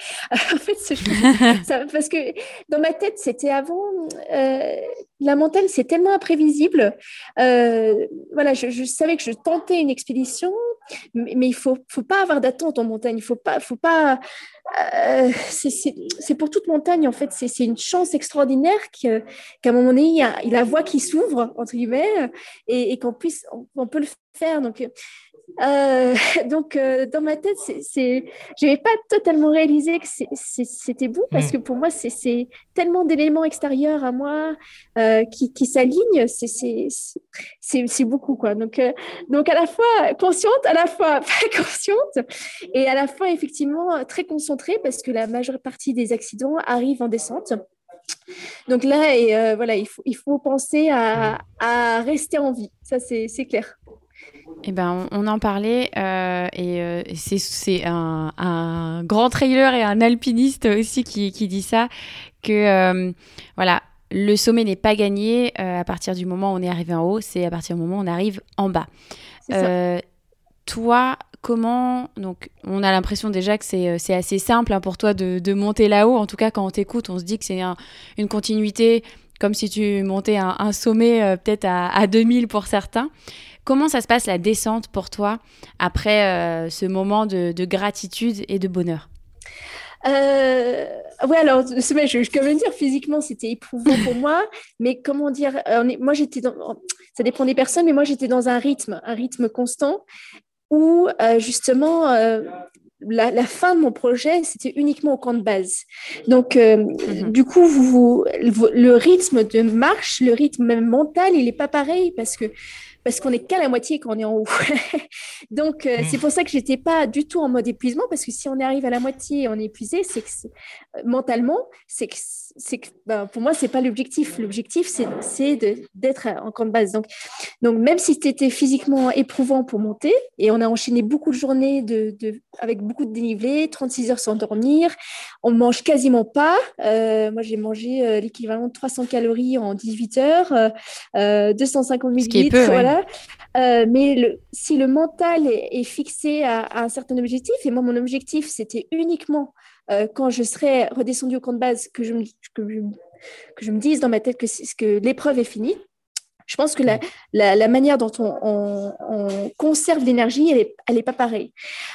En fait, ce- ça- parce que dans ma tête, c'était avant, euh, la montagne, c'est tellement imprévisible. Euh, voilà, je, je savais que je tentais une expédition, mais, mais il faut, faut pas avoir d'attente en montagne. Il faut pas, faut pas. euh, c'est, c'est, c'est pour toute montagne, en fait, c'est, c'est une chance extraordinaire que, qu'à un moment donné, il y a, il y a la voie qui s'ouvre, entre guillemets, et, et qu'on puisse, on, on peut le faire. Donc, euh, donc, euh, dans ma tête, c'est, c'est... je n'avais pas totalement réalisé que c'est, c'est, c'était vous, parce Hmm. que pour moi, c'est, c'est tellement d'éléments extérieurs à moi euh, qui, qui s'alignent, c'est, c'est, c'est, c'est beaucoup, quoi. Donc, euh, donc, à la fois consciente, à la fois pas consciente, et à la fois, effectivement, très concentrée, parce que la majeure partie des accidents arrivent en descente. Donc là, et, euh, voilà, il faut, il faut penser à, à rester en vie, ça, c'est, c'est clair. Eh ben, on, on en parlait euh, et euh, c'est, c'est un, un grand trailer et un alpiniste aussi qui, qui dit ça, que euh, voilà, le sommet n'est pas gagné euh, à partir du moment où on est arrivé en haut, c'est à partir du moment où on arrive en bas. C'est ça. Euh, toi, comment... Donc, on a l'impression déjà que c'est, c'est assez simple hein, pour toi de, de monter là-haut. En tout cas, quand on t'écoute, on se dit que c'est un, une continuité, comme si tu montais un, un sommet euh, peut-être à, à deux mille pour certains. Comment ça se passe la descente pour toi après euh, ce moment de, de gratitude et de bonheur? Euh, ouais, alors, c'est, je, je, comme dire, physiquement, c'était éprouvant pour moi, mais comment dire, on est, moi, j'étais dans, ça dépend des personnes, mais moi, j'étais dans un rythme, un rythme constant où, euh, justement, euh, la, la fin de mon projet, c'était uniquement au camp de base. Donc, euh, mm-hmm. du coup, vous, vous, le rythme de marche, le rythme même mental, il n'est pas pareil parce que parce qu'on n'est qu'à la moitié quand on est en haut. Donc, euh, mmh. c'est pour ça que je n'étais pas du tout en mode épuisement, parce que si on arrive à la moitié et on est épuisé, c'est que c'est, euh, mentalement, c'est que, c'est que ben, pour moi, ce n'est pas l'objectif. L'objectif, c'est, c'est de, d'être en camp de base. Donc, donc, même si c'était physiquement éprouvant pour monter, et on a enchaîné beaucoup de journées de, de, avec beaucoup de dénivelé, trente-six heures sans dormir, on ne mange quasiment pas. Euh, moi, j'ai mangé euh, l'équivalent de trois cents calories en dix-huit heures, euh, deux cent cinquante millilitres, peu, voilà. Ouais. Euh, mais le, si le mental est, est fixé à, à un certain objectif, et moi, mon objectif, c'était uniquement euh, quand je serais redescendue au camp de base que je me, que je, que je me dise dans ma tête que, que l'épreuve est finie. Je pense que la, la, la manière dont on, on, on conserve l'énergie, elle n'est elle est pas pareille.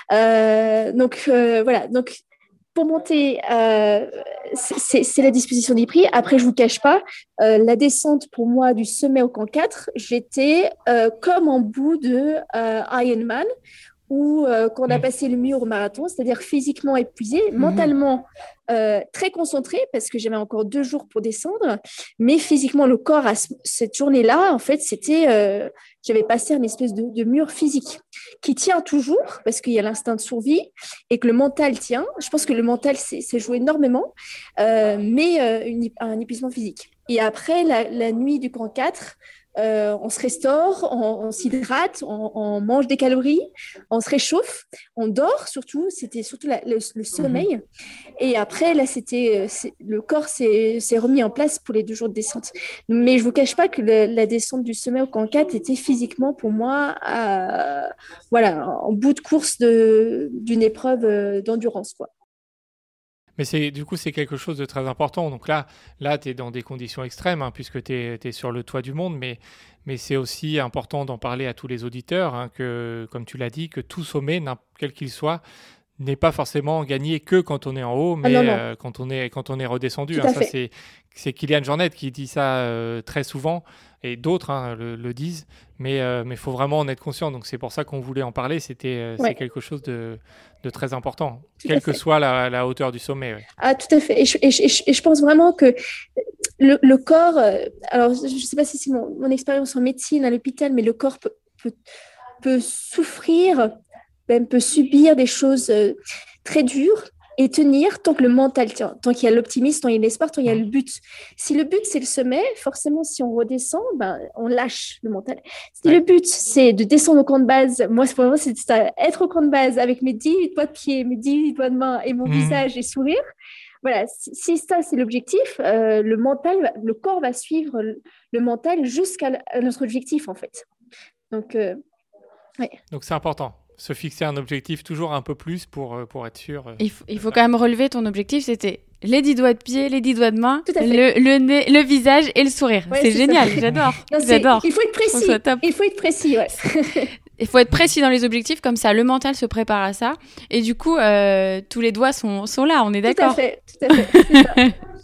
Euh, donc, euh, voilà. Donc, pour monter, euh, c'est, c'est la disposition des prix. Après, je ne vous cache pas, euh, la descente pour moi du sommet au camp quatre, j'étais euh, comme en bout de euh, Ironman, où euh, qu'on a passé le mur au marathon, c'est-à-dire physiquement épuisé, mmh. mentalement euh, très concentré, parce que j'avais encore deux jours pour descendre, mais physiquement, le corps, à ce, cette journée-là, en fait, c'était... Euh, j'avais passé un espèce de, de mur physique qui tient toujours, parce qu'il y a l'instinct de survie, et que le mental tient. Je pense que le mental, c'est, c'est joué énormément, euh, mais euh, une, un épuisement physique. Et après, la, la nuit du camp quatre, Euh, on se restaure, on, on s'hydrate, on, on mange des calories, on se réchauffe, on dort surtout, c'était surtout la, le, le sommeil. Mmh. Et après, là, c'était, c'est, le corps s'est, s'est remis en place pour les deux jours de descente. Mais je ne vous cache pas que le, la descente du sommet au camp quatre était physiquement pour moi à, voilà, en bout de course de, d'une épreuve d'endurance, quoi. Mais c'est, du coup, c'est quelque chose de très important. Donc là, là tu es dans des conditions extrêmes, hein, puisque tu es sur le toit du monde, mais, mais c'est aussi important d'en parler à tous les auditeurs, hein, que, comme tu l'as dit, que tout sommet, quel qu'il soit, n'est pas forcément gagné que quand on est en haut, mais Ah, non, non. euh, quand, on est, quand on est redescendu. Tout hein. à Ça, fait. c'est, c'est Kylian Jornet qui dit ça euh, très souvent, et d'autres hein, le, le disent, mais il euh, faut vraiment en être conscient. Donc c'est pour ça qu'on voulait en parler, c'était, euh, Ouais. c'est quelque chose de, de très important, Tout quelle à que fait. soit la, la hauteur du sommet. Ouais. Ah, tout à fait. Et je, et je- et je- et je pense vraiment que le, le corps, euh, alors je ne sais pas si c'est mon, mon expérience en médecine à l'hôpital, mais le corps peut, peut, peut souffrir, même peut subir des choses euh, très dures et tenir tant que le mental tient, tant qu'il y a l'optimisme, tant qu'il y a l'espoir, tant qu'il y a le but. Si le but, c'est le sommet, forcément, si on redescend, ben, on lâche le mental. Si Ouais. le but, c'est de descendre au camp de base, moi, pour moi, c'est ça, être au camp de base avec mes dix doigts de pied, mes dix doigts de main et mon Mhm. visage et sourire, voilà, si, si ça, c'est l'objectif, euh, le mental, va- le corps va suivre le, le mental jusqu'à l- à notre objectif, en fait. Donc, euh, Donc c'est important, se fixer un objectif toujours un peu plus pour, euh, pour être sûr. euh, Il faut, il de faut ça. quand même relever ton objectif, c'était les dix doigts de pied, les dix doigts de main, Tout à fait. le, le nez, le visage et le sourire. Ouais, c'est c'est génial, ça. j'adore. non, c'est- J'adore. il faut être Je trouve précis. ça top. Il faut être précis, ouais. Il faut être précis dans les objectifs, comme ça le mental se prépare à ça. Et du coup, euh, tous les doigts sont, sont là, on est Tout à d'accord. fait, tout à fait. C'est ça.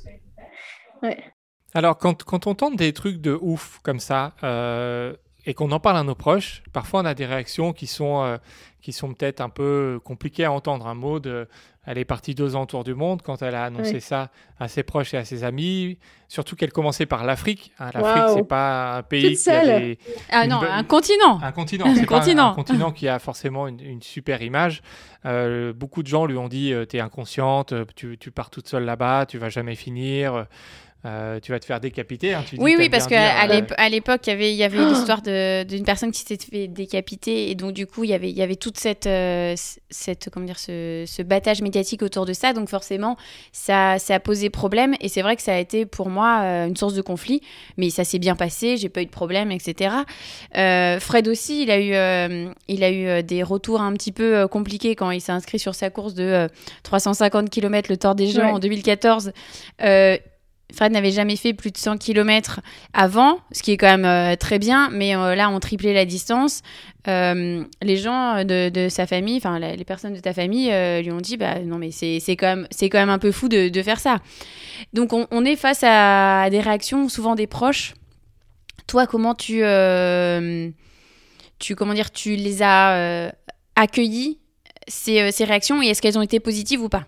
Ouais. Alors, quand, quand on tente des trucs de ouf comme ça, euh, et qu'on en parle à nos proches, parfois on a des réactions qui sont, euh, qui sont peut-être un peu compliquées à entendre. Un mot de, elle est partie deux ans autour du monde quand elle a annoncé Ouais. ça à ses proches et à ses amis, surtout qu'elle commençait par l'Afrique. Hein, L'Afrique, Waouh. c'est pas un pays Toute qui a seule. des, Ah Une non, bonne- un continent. un continent, Un c'est pas un- continent. un continent qui a forcément une, une super image. Euh, beaucoup de gens lui ont dit euh, t'es inconsciente, euh, tu, tu pars toute seule là-bas, tu vas jamais finir, euh, tu vas te faire décapiter. Hein, tu dis, Oui, oui, t'aimes parce bien qu'à dire, euh, à l'époque, il y avait, il y avait l'histoire de- d'une personne qui s'était fait décapiter. Et donc, du coup, il y avait, il y avait toute cette, euh, cette comment dire, ce, ce battage médiatique autour de ça. Donc, forcément, ça, ça a posé problème. Et c'est vrai que ça a été, pour moi, euh, une source de conflit. Mais ça s'est bien passé, j'ai pas eu de problème, et cetera. Euh, Fred aussi, il a eu, euh, il a eu euh, des retours un petit peu euh, compliqués quand il s'est inscrit sur sa course de euh, trois cent cinquante kilomètres, le Tour des Géants Ouais. en deux mille quatorze. Euh, Fred n'avait jamais fait plus de cent kilomètres avant, ce qui est quand même euh, très bien, mais euh, là, on triplait la distance. Euh, les gens de, de sa famille, enfin, la- les personnes de ta famille euh, lui ont dit, bah non, mais c'est c'est quand même, c'est quand même un peu fou de, de faire ça. Donc, on, on est face à des réactions, souvent des proches. Toi, comment tu, euh, tu, comment dire, tu les as euh, accueillis, ces, euh, ces réactions, et est-ce qu'elles ont été positives ou pas?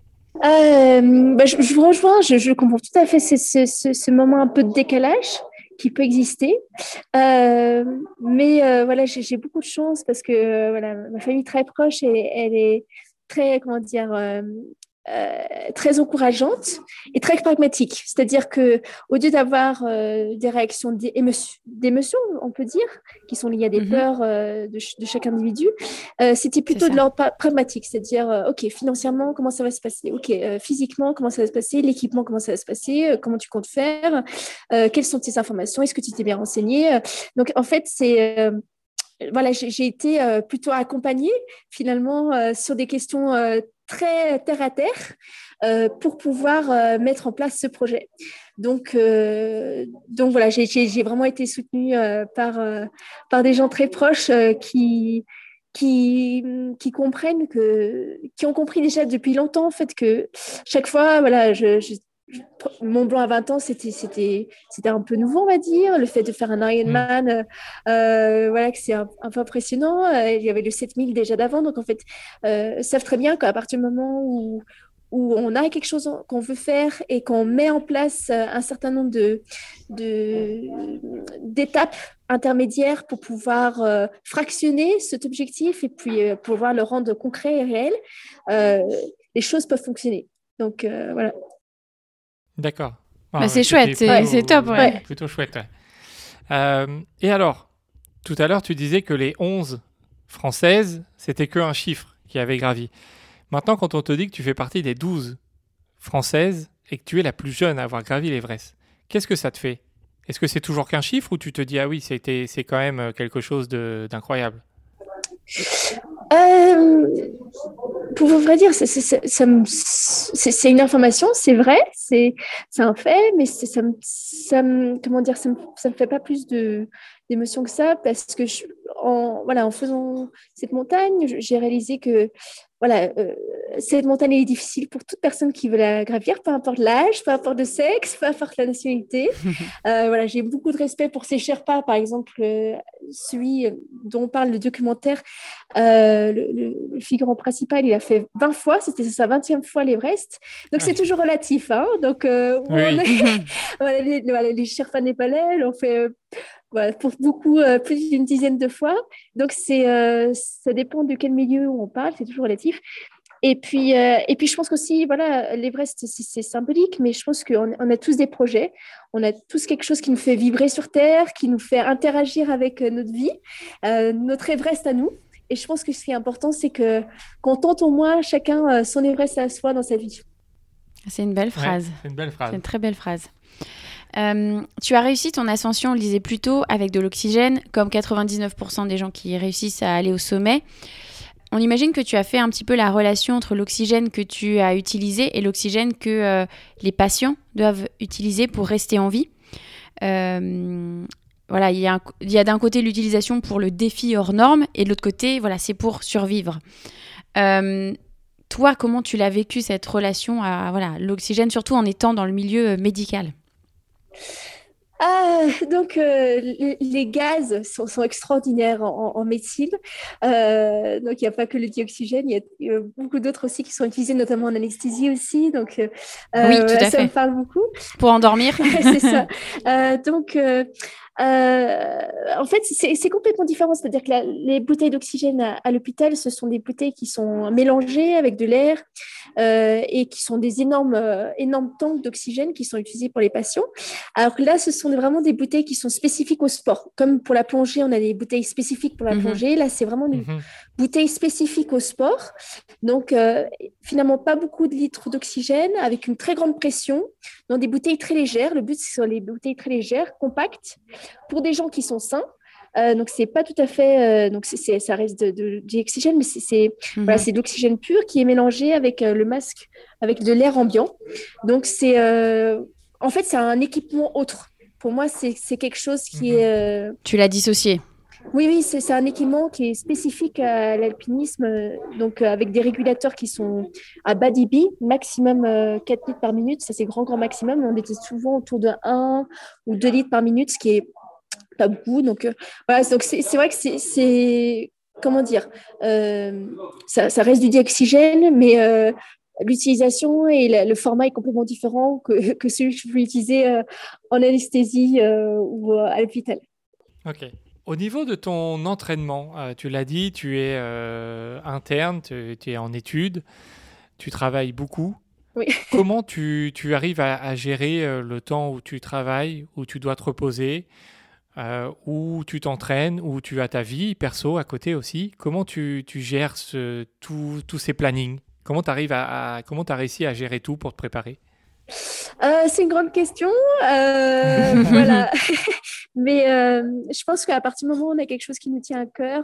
Euh, bah, je, je vous rejoins, je, je comprends tout à fait ce, ce, ce, ce moment un peu de décalage qui peut exister. Euh, mais euh, voilà, j'ai j'ai beaucoup de chance parce que euh, voilà, ma famille très proche, elle, elle est très, comment dire, euh, euh, très encourageante et très pragmatique. C'est-à-dire que au lieu d'avoir euh, des réactions d'émotion, d'émotions, on peut dire, qui sont liées à des Mhm. peurs euh, de, ch- de chaque individu, euh, c'était plutôt ça. de l'ordre pa- pragmatique. C'est-à-dire, euh, OK, financièrement, comment ça va se passer? OK, euh, physiquement, comment ça va se passer? L'équipement, comment ça va se passer? Euh, comment tu comptes faire? Euh, quelles sont tes informations? Est-ce que tu t'es bien renseigné? Donc, en fait, c'est... euh, voilà, j'ai j'ai été euh, plutôt accompagnée finalement euh, sur des questions euh, très terre à terre euh, pour pouvoir euh, mettre en place ce projet. Donc, euh, donc voilà, j'ai j'ai- j'ai vraiment été soutenue euh, par, euh, par des gens très proches euh, qui, qui, qui comprennent que, qui ont compris déjà depuis longtemps en fait que chaque fois, voilà, je, je Mont Blanc à vingt ans, c'était, c'était, c'était un peu nouveau, on va dire. Le fait de faire un Ironman, euh, euh, voilà, que c'est un, un peu impressionnant. Euh, il y avait le sept mille déjà d'avant. Donc, en fait, euh, savent très bien qu'à partir du moment où, où on a quelque chose qu'on veut faire et qu'on met en place un certain nombre de, de, d'étapes intermédiaires pour pouvoir euh, fractionner cet objectif et puis euh, pouvoir le rendre concret et réel, euh, les choses peuvent fonctionner. Donc, euh, voilà. D'accord. Bah, Ah, c'est ouais, chouette, c'était c'est- plutôt- c'est top, ouais. Plutôt chouette. Ouais. Euh, et alors, tout à l'heure, tu disais que les onze françaises, c'était que un chiffre qui avait gravi. Maintenant, quand on te dit que tu fais partie des douze françaises et que tu es la plus jeune à avoir gravi l'Everest, qu'est-ce que ça te fait? Est-ce que c'est toujours qu'un chiffre ou tu te dis, ah oui, c'était, c'est quand même quelque chose de, d'incroyable? Euh, pour vous vrai dire, c'est, c'est, c'est, ça me- c'est- c'est une information, c'est vrai, c'est, c'est un fait, mais c'est, ça me, ça me- comment dire, ça me, ça me fait pas plus de, d'émotion que ça parce que je, en, voilà, en faisant cette montagne, j'ai réalisé que voilà, euh, cette montagne est difficile pour toute personne qui veut la gravir, peu importe l'âge, peu importe le sexe, peu importe la nationalité. Euh, voilà, j'ai beaucoup de respect pour ces Sherpas, par exemple, euh, celui dont parle le documentaire, euh, le, le, le figurant principal, il a fait vingt fois, c'était sa vingtième fois l'Everest. Donc, c'est Ouais. toujours relatif. Hein. Donc, euh, où Oui. on est... voilà, les, voilà, les Sherpas népalais l'ont fait euh, voilà, pour beaucoup, euh, plus d'une dizaine de fois. Donc, c'est, euh, ça dépend de quel milieu on parle, c'est toujours relatif. Et puis, euh, et puis, je pense qu'aussi, voilà, l'Everest, c'est, c'est symbolique, mais je pense qu'on on a tous des projets. On a tous quelque chose qui nous fait vibrer sur Terre, qui nous fait interagir avec euh, notre vie, euh, notre Everest à nous. Et je pense que ce qui est important, c'est que, qu'on tente au moins chacun euh, son Everest à soi dans sa vie. C'est une belle phrase. Ouais, c'est une belle phrase. C'est une très belle phrase. Euh, tu as réussi ton ascension, on le disait plus tôt, avec de l'oxygène, comme quatre-vingt-dix-neuf pour cent des gens qui réussissent à aller au sommet. On imagine que tu as fait un petit peu la relation entre l'oxygène que tu as utilisé et l'oxygène que euh, les patients doivent utiliser pour rester en vie. Euh, voilà, il y a, un, il y a d'un côté l'utilisation pour le défi hors norme et de l'autre côté, voilà, c'est pour survivre. Euh, toi, comment tu l'as vécu, cette relation à voilà, l'oxygène, surtout en étant dans le milieu médical ? Ah, donc euh, les, les gaz sont, sont extraordinaires en, en médecine. Euh, donc il n'y a pas que le dioxygène, il y a, il y a beaucoup d'autres aussi qui sont utilisés, notamment en anesthésie aussi. Donc euh, oui, tout à ça fait. me parle beaucoup. Pour endormir. C'est ça. Euh, donc euh, euh, en fait, c'est, c'est complètement différent. C'est-à-dire que la, les bouteilles d'oxygène à, à l'hôpital, ce sont des bouteilles qui sont mélangées avec de l'air euh, et qui sont des énormes, euh, énormes tanks d'oxygène qui sont utilisés pour les patients. Alors que là, ce sont vraiment des bouteilles qui sont spécifiques au sport. Comme pour la plongée, on a des bouteilles spécifiques pour la Mhm. plongée. Là, c'est vraiment des Mhm. bouteilles spécifiques au sport. Donc, euh, finalement, pas beaucoup de litres d'oxygène avec une très grande pression dans des bouteilles très légères. Le but, c'est sur les bouteilles très légères, compactes, pour des gens qui sont sains. Euh, donc, c'est pas tout à fait. Euh, donc, c'est, c'est, ça reste de, de, de l'oxygène, mais c'est, c'est, Mhm. voilà, c'est de l'oxygène pur qui est mélangé avec euh, le masque, avec de l'air ambiant. Donc, c'est. Euh, en fait, c'est un équipement autre. Pour moi, c'est, c'est quelque chose qui Mhm. est. Euh, Tu l'as dissocié. Oui, oui, c'est, c'est un équipement qui est spécifique à l'alpinisme, euh, donc euh, avec des régulateurs qui sont à bas débit, maximum euh, quatre litres par minute. Ça, c'est grand, grand maximum. On était souvent autour de un ou deux litres par minute, ce qui est pas beaucoup. Donc, euh, voilà, donc c'est, c'est vrai que c'est, c'est comment dire, euh, ça, ça reste du dioxygène, mais euh, l'utilisation et la, le format est complètement différent que, que celui que je peux utiliser euh, en anesthésie euh, ou euh, à l'hôpital. Ok. Au niveau de ton entraînement, euh, tu l'as dit, tu es euh, interne, tu, tu es en études, tu travailles beaucoup. Oui. Comment tu, tu arrives à, à gérer euh, le temps où tu travailles, où tu dois te reposer, euh, où tu t'entraînes, où tu as ta vie perso à côté aussi? Comment tu, tu gères ce, tout- tous ces plannings? Comment tu arrives à, à- comment tu as réussi à gérer tout pour te préparer? Euh, c'est une grande question. Euh, voilà. Mais euh, je pense qu'à partir du moment où on a quelque chose qui nous tient à cœur,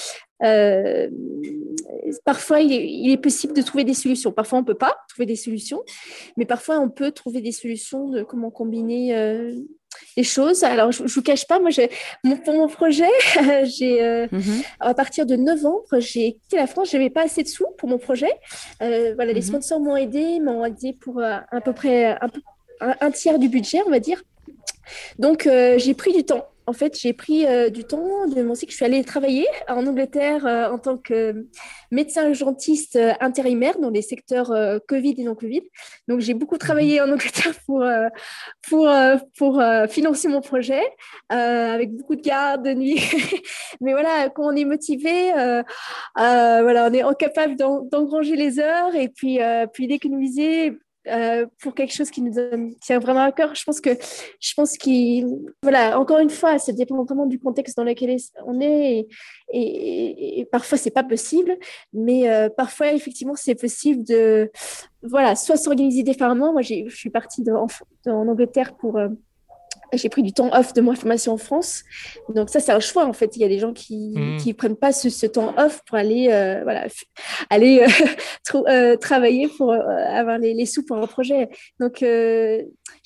euh, parfois il est, il est possible de trouver des solutions. Parfois on ne peut pas trouver des solutions, mais parfois on peut trouver des solutions de comment combiner euh, les choses. Alors je ne vous cache pas, moi j'ai, mon, pour mon projet, j'ai, euh, Mhm. à partir de novembre, j'ai quitté la France. Je n'avais pas assez de sous pour mon projet. Euh, voilà, les Mhm. sponsors m'ont aidé, m'ont aidé pour euh, à peu près un, peu, un, un tiers du budget, on va dire. Donc, euh, j'ai pris du temps. En fait, j'ai pris euh, du temps de mon cycle. Je suis allée travailler en Angleterre euh, en tant que médecin urgentiste euh, intérimaire dans les secteurs euh, Covid et non Covid. Donc, j'ai beaucoup travaillé en Angleterre pour, euh, pour, euh, pour euh, financer mon projet, euh, avec beaucoup de gardes de nuit. Mais voilà, quand on est motivé, euh, euh, voilà, on est capable d'en, d'engranger les heures et puis, euh, puis d'économiser euh, pour quelque chose qui nous donne, tient vraiment à cœur. Je pense que, je pense qu'il, voilà, encore une fois, ça dépend vraiment du contexte dans lequel on est et, et, et parfois c'est pas possible, mais euh, parfois effectivement c'est possible de, voilà, soit s'organiser différemment. Moi, j'ai, je suis partie de, en, en Angleterre pour euh, j'ai pris du temps off de ma formation en France. Donc ça, c'est un choix, en fait. Il y a des gens qui ne Mhm. prennent pas ce, ce temps off pour aller, euh, voilà, f- aller euh, trou- euh, travailler pour euh, avoir les, les sous pour un projet. Donc, euh, je,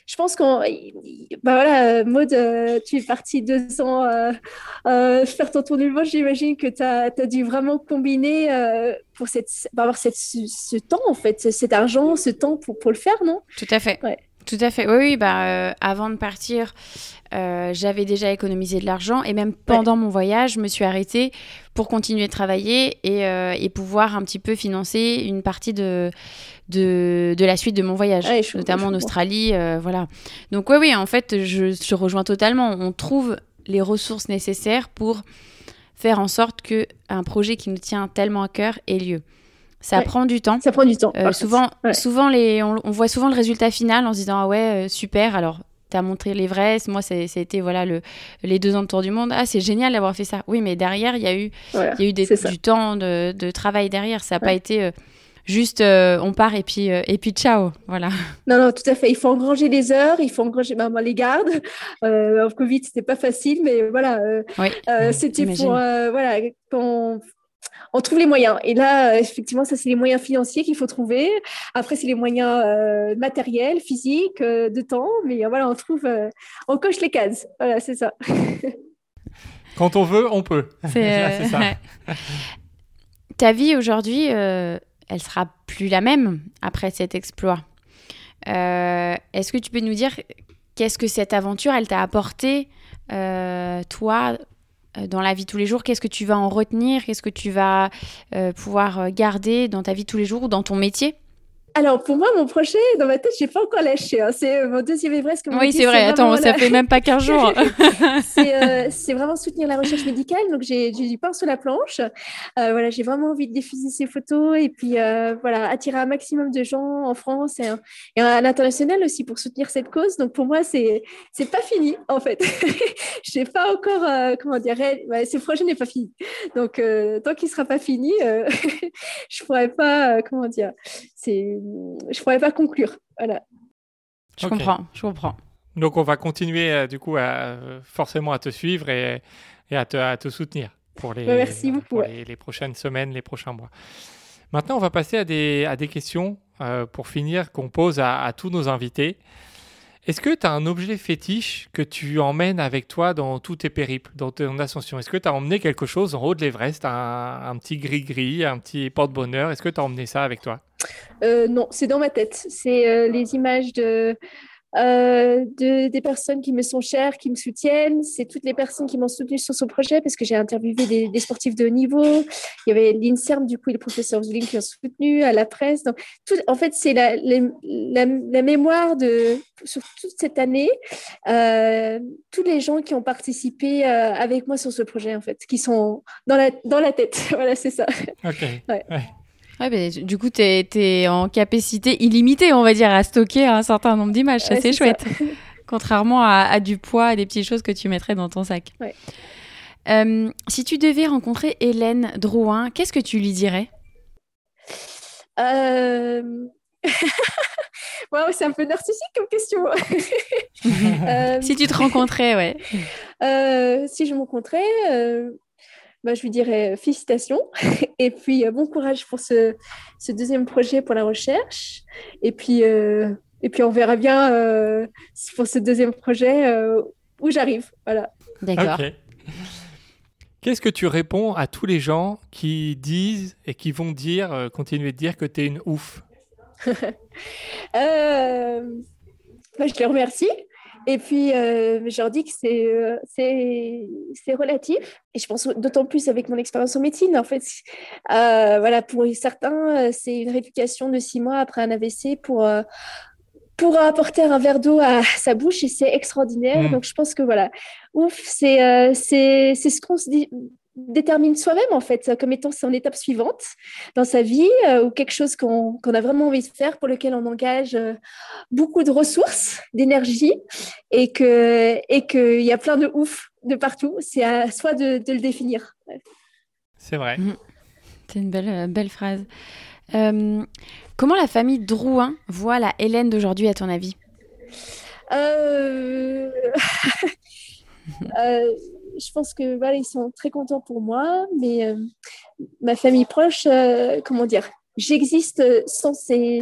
je pense qu'on, bah voilà, Maud, euh, tu es partie deux ans euh, euh, faire ton tour du monde. J'imagine que tu as dû vraiment combiner euh, pour cette, bah, avoir cette, ce, ce temps, en fait, cet argent, ce temps pour, pour le faire, non? Tout à fait. Ouais. Tout à fait. Oui, oui. Bah, euh, avant de partir, euh, j'avais déjà économisé de l'argent et même pendant ouais. mon voyage, je me suis arrêtée pour continuer de travailler et, euh, et pouvoir un petit peu financer une partie de, de, de la suite de mon voyage, ouais, je, notamment je, je en Australie. Euh, voilà. Donc, oui, oui, en fait, je, je rejoins totalement. On trouve les ressources nécessaires pour faire en sorte qu'un projet qui nous tient tellement à cœur ait lieu. Ça ouais. prend du temps. Ça prend du temps. Euh, souvent, ouais. souvent les, on, on voit souvent le résultat final en se disant ah ouais euh, super. Alors t'as montré l'Everest, moi ça a été voilà le les deux ans de tour du monde. Ah c'est génial d'avoir fait ça. Oui mais derrière il y a eu voilà, il y a eu des, du temps de, de travail derrière. Ça n'a ouais. pas été euh, juste euh, on part et puis euh, et puis ciao voilà. Non non tout à fait. Il faut engranger les heures, il faut engranger bah, les gardes. Euh, en Covid c'était pas facile mais voilà. Euh, oui. euh, c'était J'imagine. pour euh, voilà quand on trouve les moyens. Et là, euh, effectivement, ça, c'est les moyens financiers qu'il faut trouver. Après, c'est les moyens euh, matériels, physiques, euh, de temps. Mais euh, voilà, on trouve, euh, on coche les cases. Voilà, c'est ça. Quand on veut, on peut. C'est, là, c'est ça. Ta vie aujourd'hui, euh, elle sera plus la même après cet exploit. Euh, est-ce que tu peux nous dire qu'est-ce que cette aventure, elle t'a apporté, euh, toi, dans la vie de tous les jours? Qu'est-ce que tu vas en retenir? Qu'est-ce que tu vas euh, pouvoir garder dans ta vie de tous les jours ou dans ton métier? Alors, pour moi, mon projet, dans ma tête, je n'ai pas encore lâché. Hein. C'est mon deuxième Everest. Comme oui, dit, c'est vrai. C'est Attends, ça la... fait même pas quinze jours. c'est, euh, c'est vraiment soutenir la recherche médicale. Donc, j'ai, j'ai du pain sur la planche. Euh, voilà, j'ai vraiment envie de diffuser ces photos et puis euh, voilà, attirer un maximum de gens en France et, et à l'international aussi pour soutenir cette cause. Donc, pour moi, c'est c'est pas fini, en fait. Je n'ai pas encore, euh, comment dire, ouais, ce projet n'est pas fini. Donc, euh, tant qu'il ne sera pas fini, euh, je ne pourrais pas, euh, comment dire, c'est... je ne pourrais pas conclure. Voilà. Je okay. comprends, je comprends. Donc, on va continuer euh, du coup à, euh, forcément à te suivre et, et à, te, à te soutenir pour, les, Merci beaucoup, pour ouais. les, les prochaines semaines, les prochains mois. Maintenant, on va passer à des, à des questions euh, pour finir qu'on pose à, à tous nos invités. Est-ce que tu as un objet fétiche que tu emmènes avec toi dans tous tes périples, dans ton ascension? Est-ce que tu as emmené quelque chose en haut de l'Everest, un, un petit gris-gris, un petit porte-bonheur? Est-ce que tu as emmené ça avec toi? euh, Non, c'est dans ma tête. C'est euh, les images de, euh, de, des personnes qui me sont chères, qui me soutiennent. C'est toutes les personnes qui m'ont soutenue sur ce projet parce que j'ai interviewé des, des sportifs de haut niveau. Il y avait l'INSERM, du coup, et le professeur Zuling qui ont soutenu, à la presse. Donc, tout, en fait, c'est la, la, la, la mémoire de, sur toute cette année, euh, tous les gens qui ont participé euh, avec moi sur ce projet, en fait, qui sont dans la, dans la tête. Voilà, c'est ça. Ok. Ouais. Ouais. Ouais, bah, du coup, tu es en capacité illimitée, on va dire, à stocker un certain nombre d'images. Ça, ouais, c'est, c'est chouette. Ça. Contrairement à, à du poids, à des petites choses que tu mettrais dans ton sac. Ouais. Euh, si tu devais rencontrer Hélène Drouin, qu'est-ce que tu lui dirais? euh... wow, c'est un peu narcissique comme question. euh... Si tu te rencontrais, ouais. Euh, si je me rencontrais... Euh... Bah, je lui dirais félicitations et puis euh, bon courage pour ce, ce deuxième projet pour la recherche. Et puis, euh, et puis on verra bien euh, pour ce deuxième projet euh, où j'arrive. Voilà. D'accord. Okay. Qu'est-ce que tu réponds à tous les gens qui disent et qui vont dire, euh, continuer de dire que tu es une ouf? euh, bah, Je les remercie. Et puis, euh, je leur dis que c'est, euh, c'est, c'est relatif. Et je pense d'autant plus avec mon expérience en médecine. En fait, euh, voilà, pour certains, c'est une rééducation de six mois après un A V C pour, euh, pour apporter un verre d'eau à sa bouche. Et c'est extraordinaire. Mmh. Donc, je pense que voilà, ouf, c'est, euh, c'est, c'est ce qu'on se dit. Détermine soi-même, en fait, comme étant son étape suivante dans sa vie euh, ou quelque chose qu'on, qu'on a vraiment envie de faire, pour lequel on engage euh, beaucoup de ressources, d'énergie et qu'il et que y a plein de ouf de partout. C'est à soi de, de le définir. Ouais. C'est vrai. Mmh. C'est une belle, belle phrase. Euh, comment la famille Drouin voit la Hélène d'aujourd'hui, à ton avis? euh... euh... Je pense que voilà, ils sont très contents pour moi, mais euh, ma famille proche, euh, comment dire, j'existe sans ces,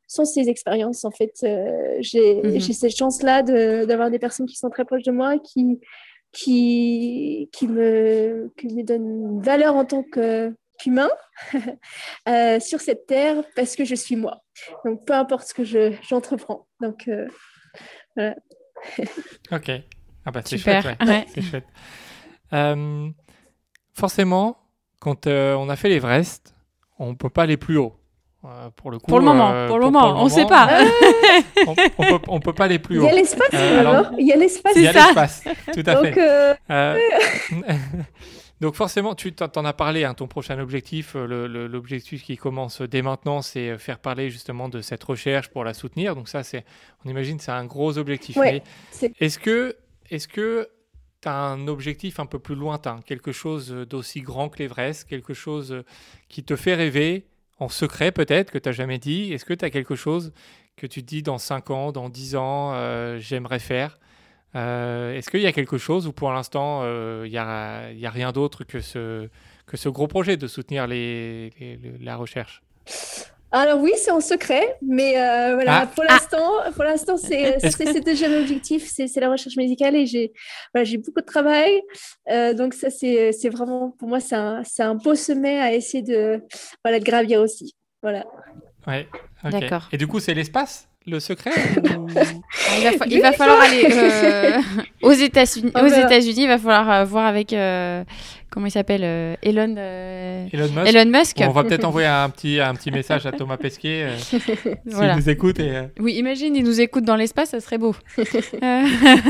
sont ces expériences. En fait, euh, j'ai, Mhm. j'ai cette chance-là de, d'avoir des personnes qui sont très proches de moi, qui, qui, qui, me, qui me donnent une valeur en tant que, qu'humain euh, sur cette terre parce que je suis moi. Donc, peu importe ce que je, j'entreprends. Donc, euh, voilà. Ok. Ah bah c'est Super. chouette, ouais. Ouais. C'est chouette. Euh, forcément, quand euh, on a fait l'Everest, on peut pas aller plus haut. Euh, pour le coup, Pour le moment, euh, pour le moment, on sait pas. on, on peut, on peut pas aller plus Il haut. y a l'espace, Euh, alors- alors, il y a l'espace. Il y a ça. l'espace, tout à Donc, fait. euh, Euh, Donc forcément, tu t'en t'en as parlé, hein, ton prochain objectif, euh, le- le- l'objectif qui commence dès maintenant, c'est faire parler justement de cette recherche pour la soutenir. Donc ça, c'est, on imagine, c'est un gros objectif. Ouais, Mais c'est- est-ce que, est-ce que tu as un objectif un peu plus lointain, quelque chose d'aussi grand que l'Everest, quelque chose qui te fait rêver, en secret peut-être, que tu n'as jamais dit? Est-ce que tu as quelque chose que tu te dis dans cinq ans, dans dix ans, euh, j'aimerais faire? Euh, Est-ce qu'il y a quelque chose ou pour l'instant, euh, il n'y a, il y a rien d'autre que ce, que ce gros projet de soutenir les, les- le- la recherche? Alors oui, c'est en secret, mais euh, voilà, Ah. pour l'instant, pour l'instant, c'est, ça, Est-ce c'est, c'est déjà l'objectif, c'est, c'est la recherche médicale et j'ai, voilà, j'ai beaucoup de travail, euh, donc ça, c'est, c'est vraiment, pour moi, c'est un, c'est un beau sommet à essayer de, voilà, de gravir aussi. Voilà. Ouais, ok. D'accord. Et du coup, c'est l'espace, le secret ou... Ah, Il va, fa- il va falloir aller euh, aux États-Unis. On Aux verra. États-Unis, il va falloir euh, voir avec euh, comment il s'appelle, euh, Elon. euh, Elon Musk? Elon Musk. Bon, on va peut-être envoyer un petit, un petit message à Thomas Pesquet euh, s'il Voilà. nous écoute. Et, euh, Oui, imagine, il nous écoute dans l'espace, ça serait beau. Euh,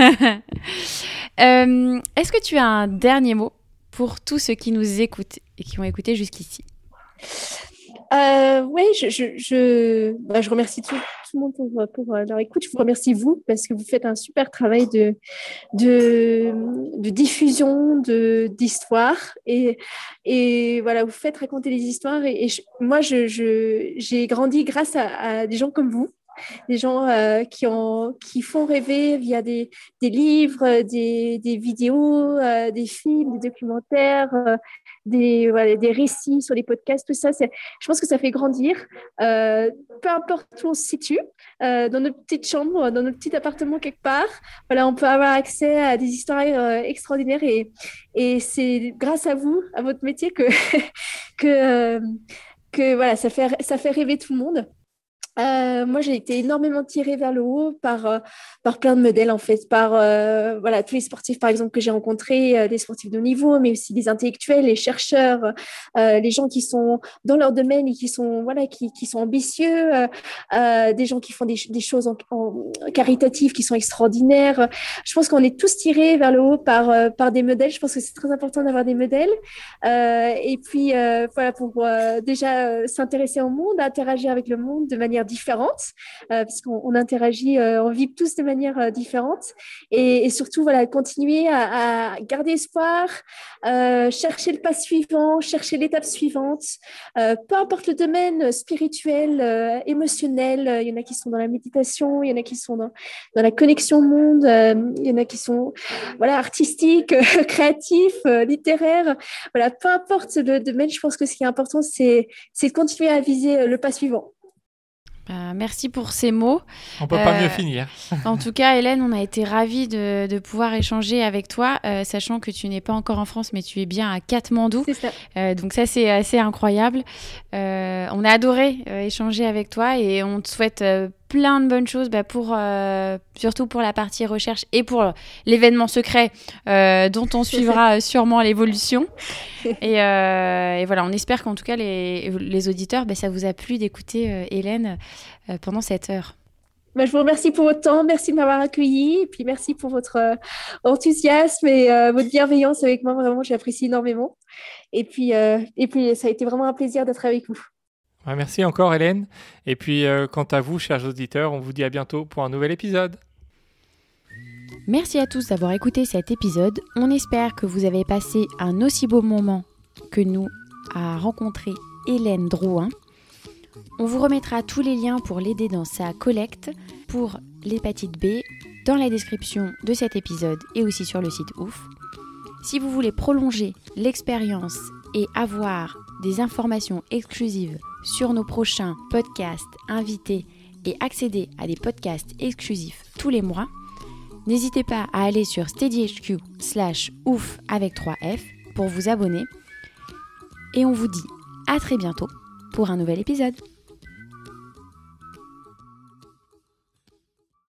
euh, Est-ce que tu as un dernier mot pour tous ceux qui nous écoutent et qui ont écouté jusqu'ici? Euh, oui, je, je, je, bah, je remercie tout, tout le monde pour, pour euh, leur écoute. Je vous remercie vous parce que vous faites un super travail de, de, de diffusion de, d'histoire et, et voilà, vous faites raconter des histoires et, et je- moi, je, je, j'ai grandi grâce à, à des gens comme vous. Des gens euh, qui, ont, qui font rêver via des, des livres, des, des vidéos, euh, des films, des documentaires, euh, des, voilà, des récits sur les podcasts, tout ça. C'est, je pense que ça fait grandir. Euh, peu importe où on se situe, euh, dans notre petite chambre, dans notre petit appartement quelque part, voilà, on peut avoir accès à des histoires euh, extraordinaires et, et c'est grâce à vous, à votre métier, que, que, euh, que voilà, ça fait, ça fait rêver tout le monde. Euh, moi, j'ai été énormément tirée vers le haut par, euh, par plein de modèles, en fait, par euh, voilà, tous les sportifs, par exemple, que j'ai rencontrés, euh, des sportifs de haut niveau, mais aussi des intellectuels, les chercheurs, euh, les gens qui sont dans leur domaine et qui sont, voilà, qui, qui sont ambitieux, euh, euh, des gens qui font des, des choses en, en caritatives qui sont extraordinaires. Je pense qu'on est tous tirés vers le haut par, euh, par des modèles. Je pense que c'est très important d'avoir des modèles. Euh, et puis, euh, voilà, pour euh, déjà euh, s'intéresser au monde, interagir avec le monde de manière différente, euh, parce qu'on on interagit, euh, on vit tous de manière euh, différente, et, et surtout voilà, continuer à, à garder espoir, euh, chercher le pas suivant, chercher l'étape suivante, euh, peu importe le domaine spirituel, euh, émotionnel, euh, il y en a qui sont dans la méditation, il y en a qui sont dans, dans la connexion au monde, euh, il y en a qui sont voilà, artistiques, euh, créatifs, euh, littéraires, voilà, peu importe le domaine, je pense que ce qui est important, c'est, c'est de continuer à viser le pas suivant. Euh, merci pour ces mots. On peut pas Euh, mieux finir. En tout cas, Hélène, on a été ravis de, de pouvoir échanger avec toi, euh, sachant que tu n'es pas encore en France, mais tu es bien à Katmandou. C'est ça. Euh, donc ça, c'est assez incroyable. Euh, on a adoré euh, échanger avec toi et on te souhaite euh, plein de bonnes choses, bah, pour, euh, surtout pour la partie recherche et pour l'événement secret euh, dont on suivra euh, sûrement l'évolution. Et, euh, et voilà, on espère qu'en tout cas, les, les auditeurs, bah, ça vous a plu d'écouter euh, Hélène euh, pendant cette heure. Bah, je vous remercie pour votre temps, merci de m'avoir accueilli, et puis merci pour votre euh, enthousiasme et euh, votre bienveillance avec moi. Vraiment, j'apprécie énormément. Et puis, euh, et puis, ça a été vraiment un plaisir d'être avec vous. Ouais, merci encore, Hélène. Et puis, euh, quant à vous, chers auditeurs, on vous dit à bientôt pour un nouvel épisode. Merci à tous d'avoir écouté cet épisode. On espère que vous avez passé un aussi beau moment que nous à rencontrer Hélène Drouin. On vous remettra tous les liens pour l'aider dans sa collecte pour l'hépatite B dans la description de cet épisode et aussi sur le site Ouf. Si vous voulez prolonger l'expérience et avoir des informations exclusives sur nos prochains podcasts, invités et accéder à des podcasts exclusifs tous les mois, n'hésitez pas à aller sur steadyhq slash ouf avec trois F pour vous abonner. Et on vous dit à très bientôt pour un nouvel épisode.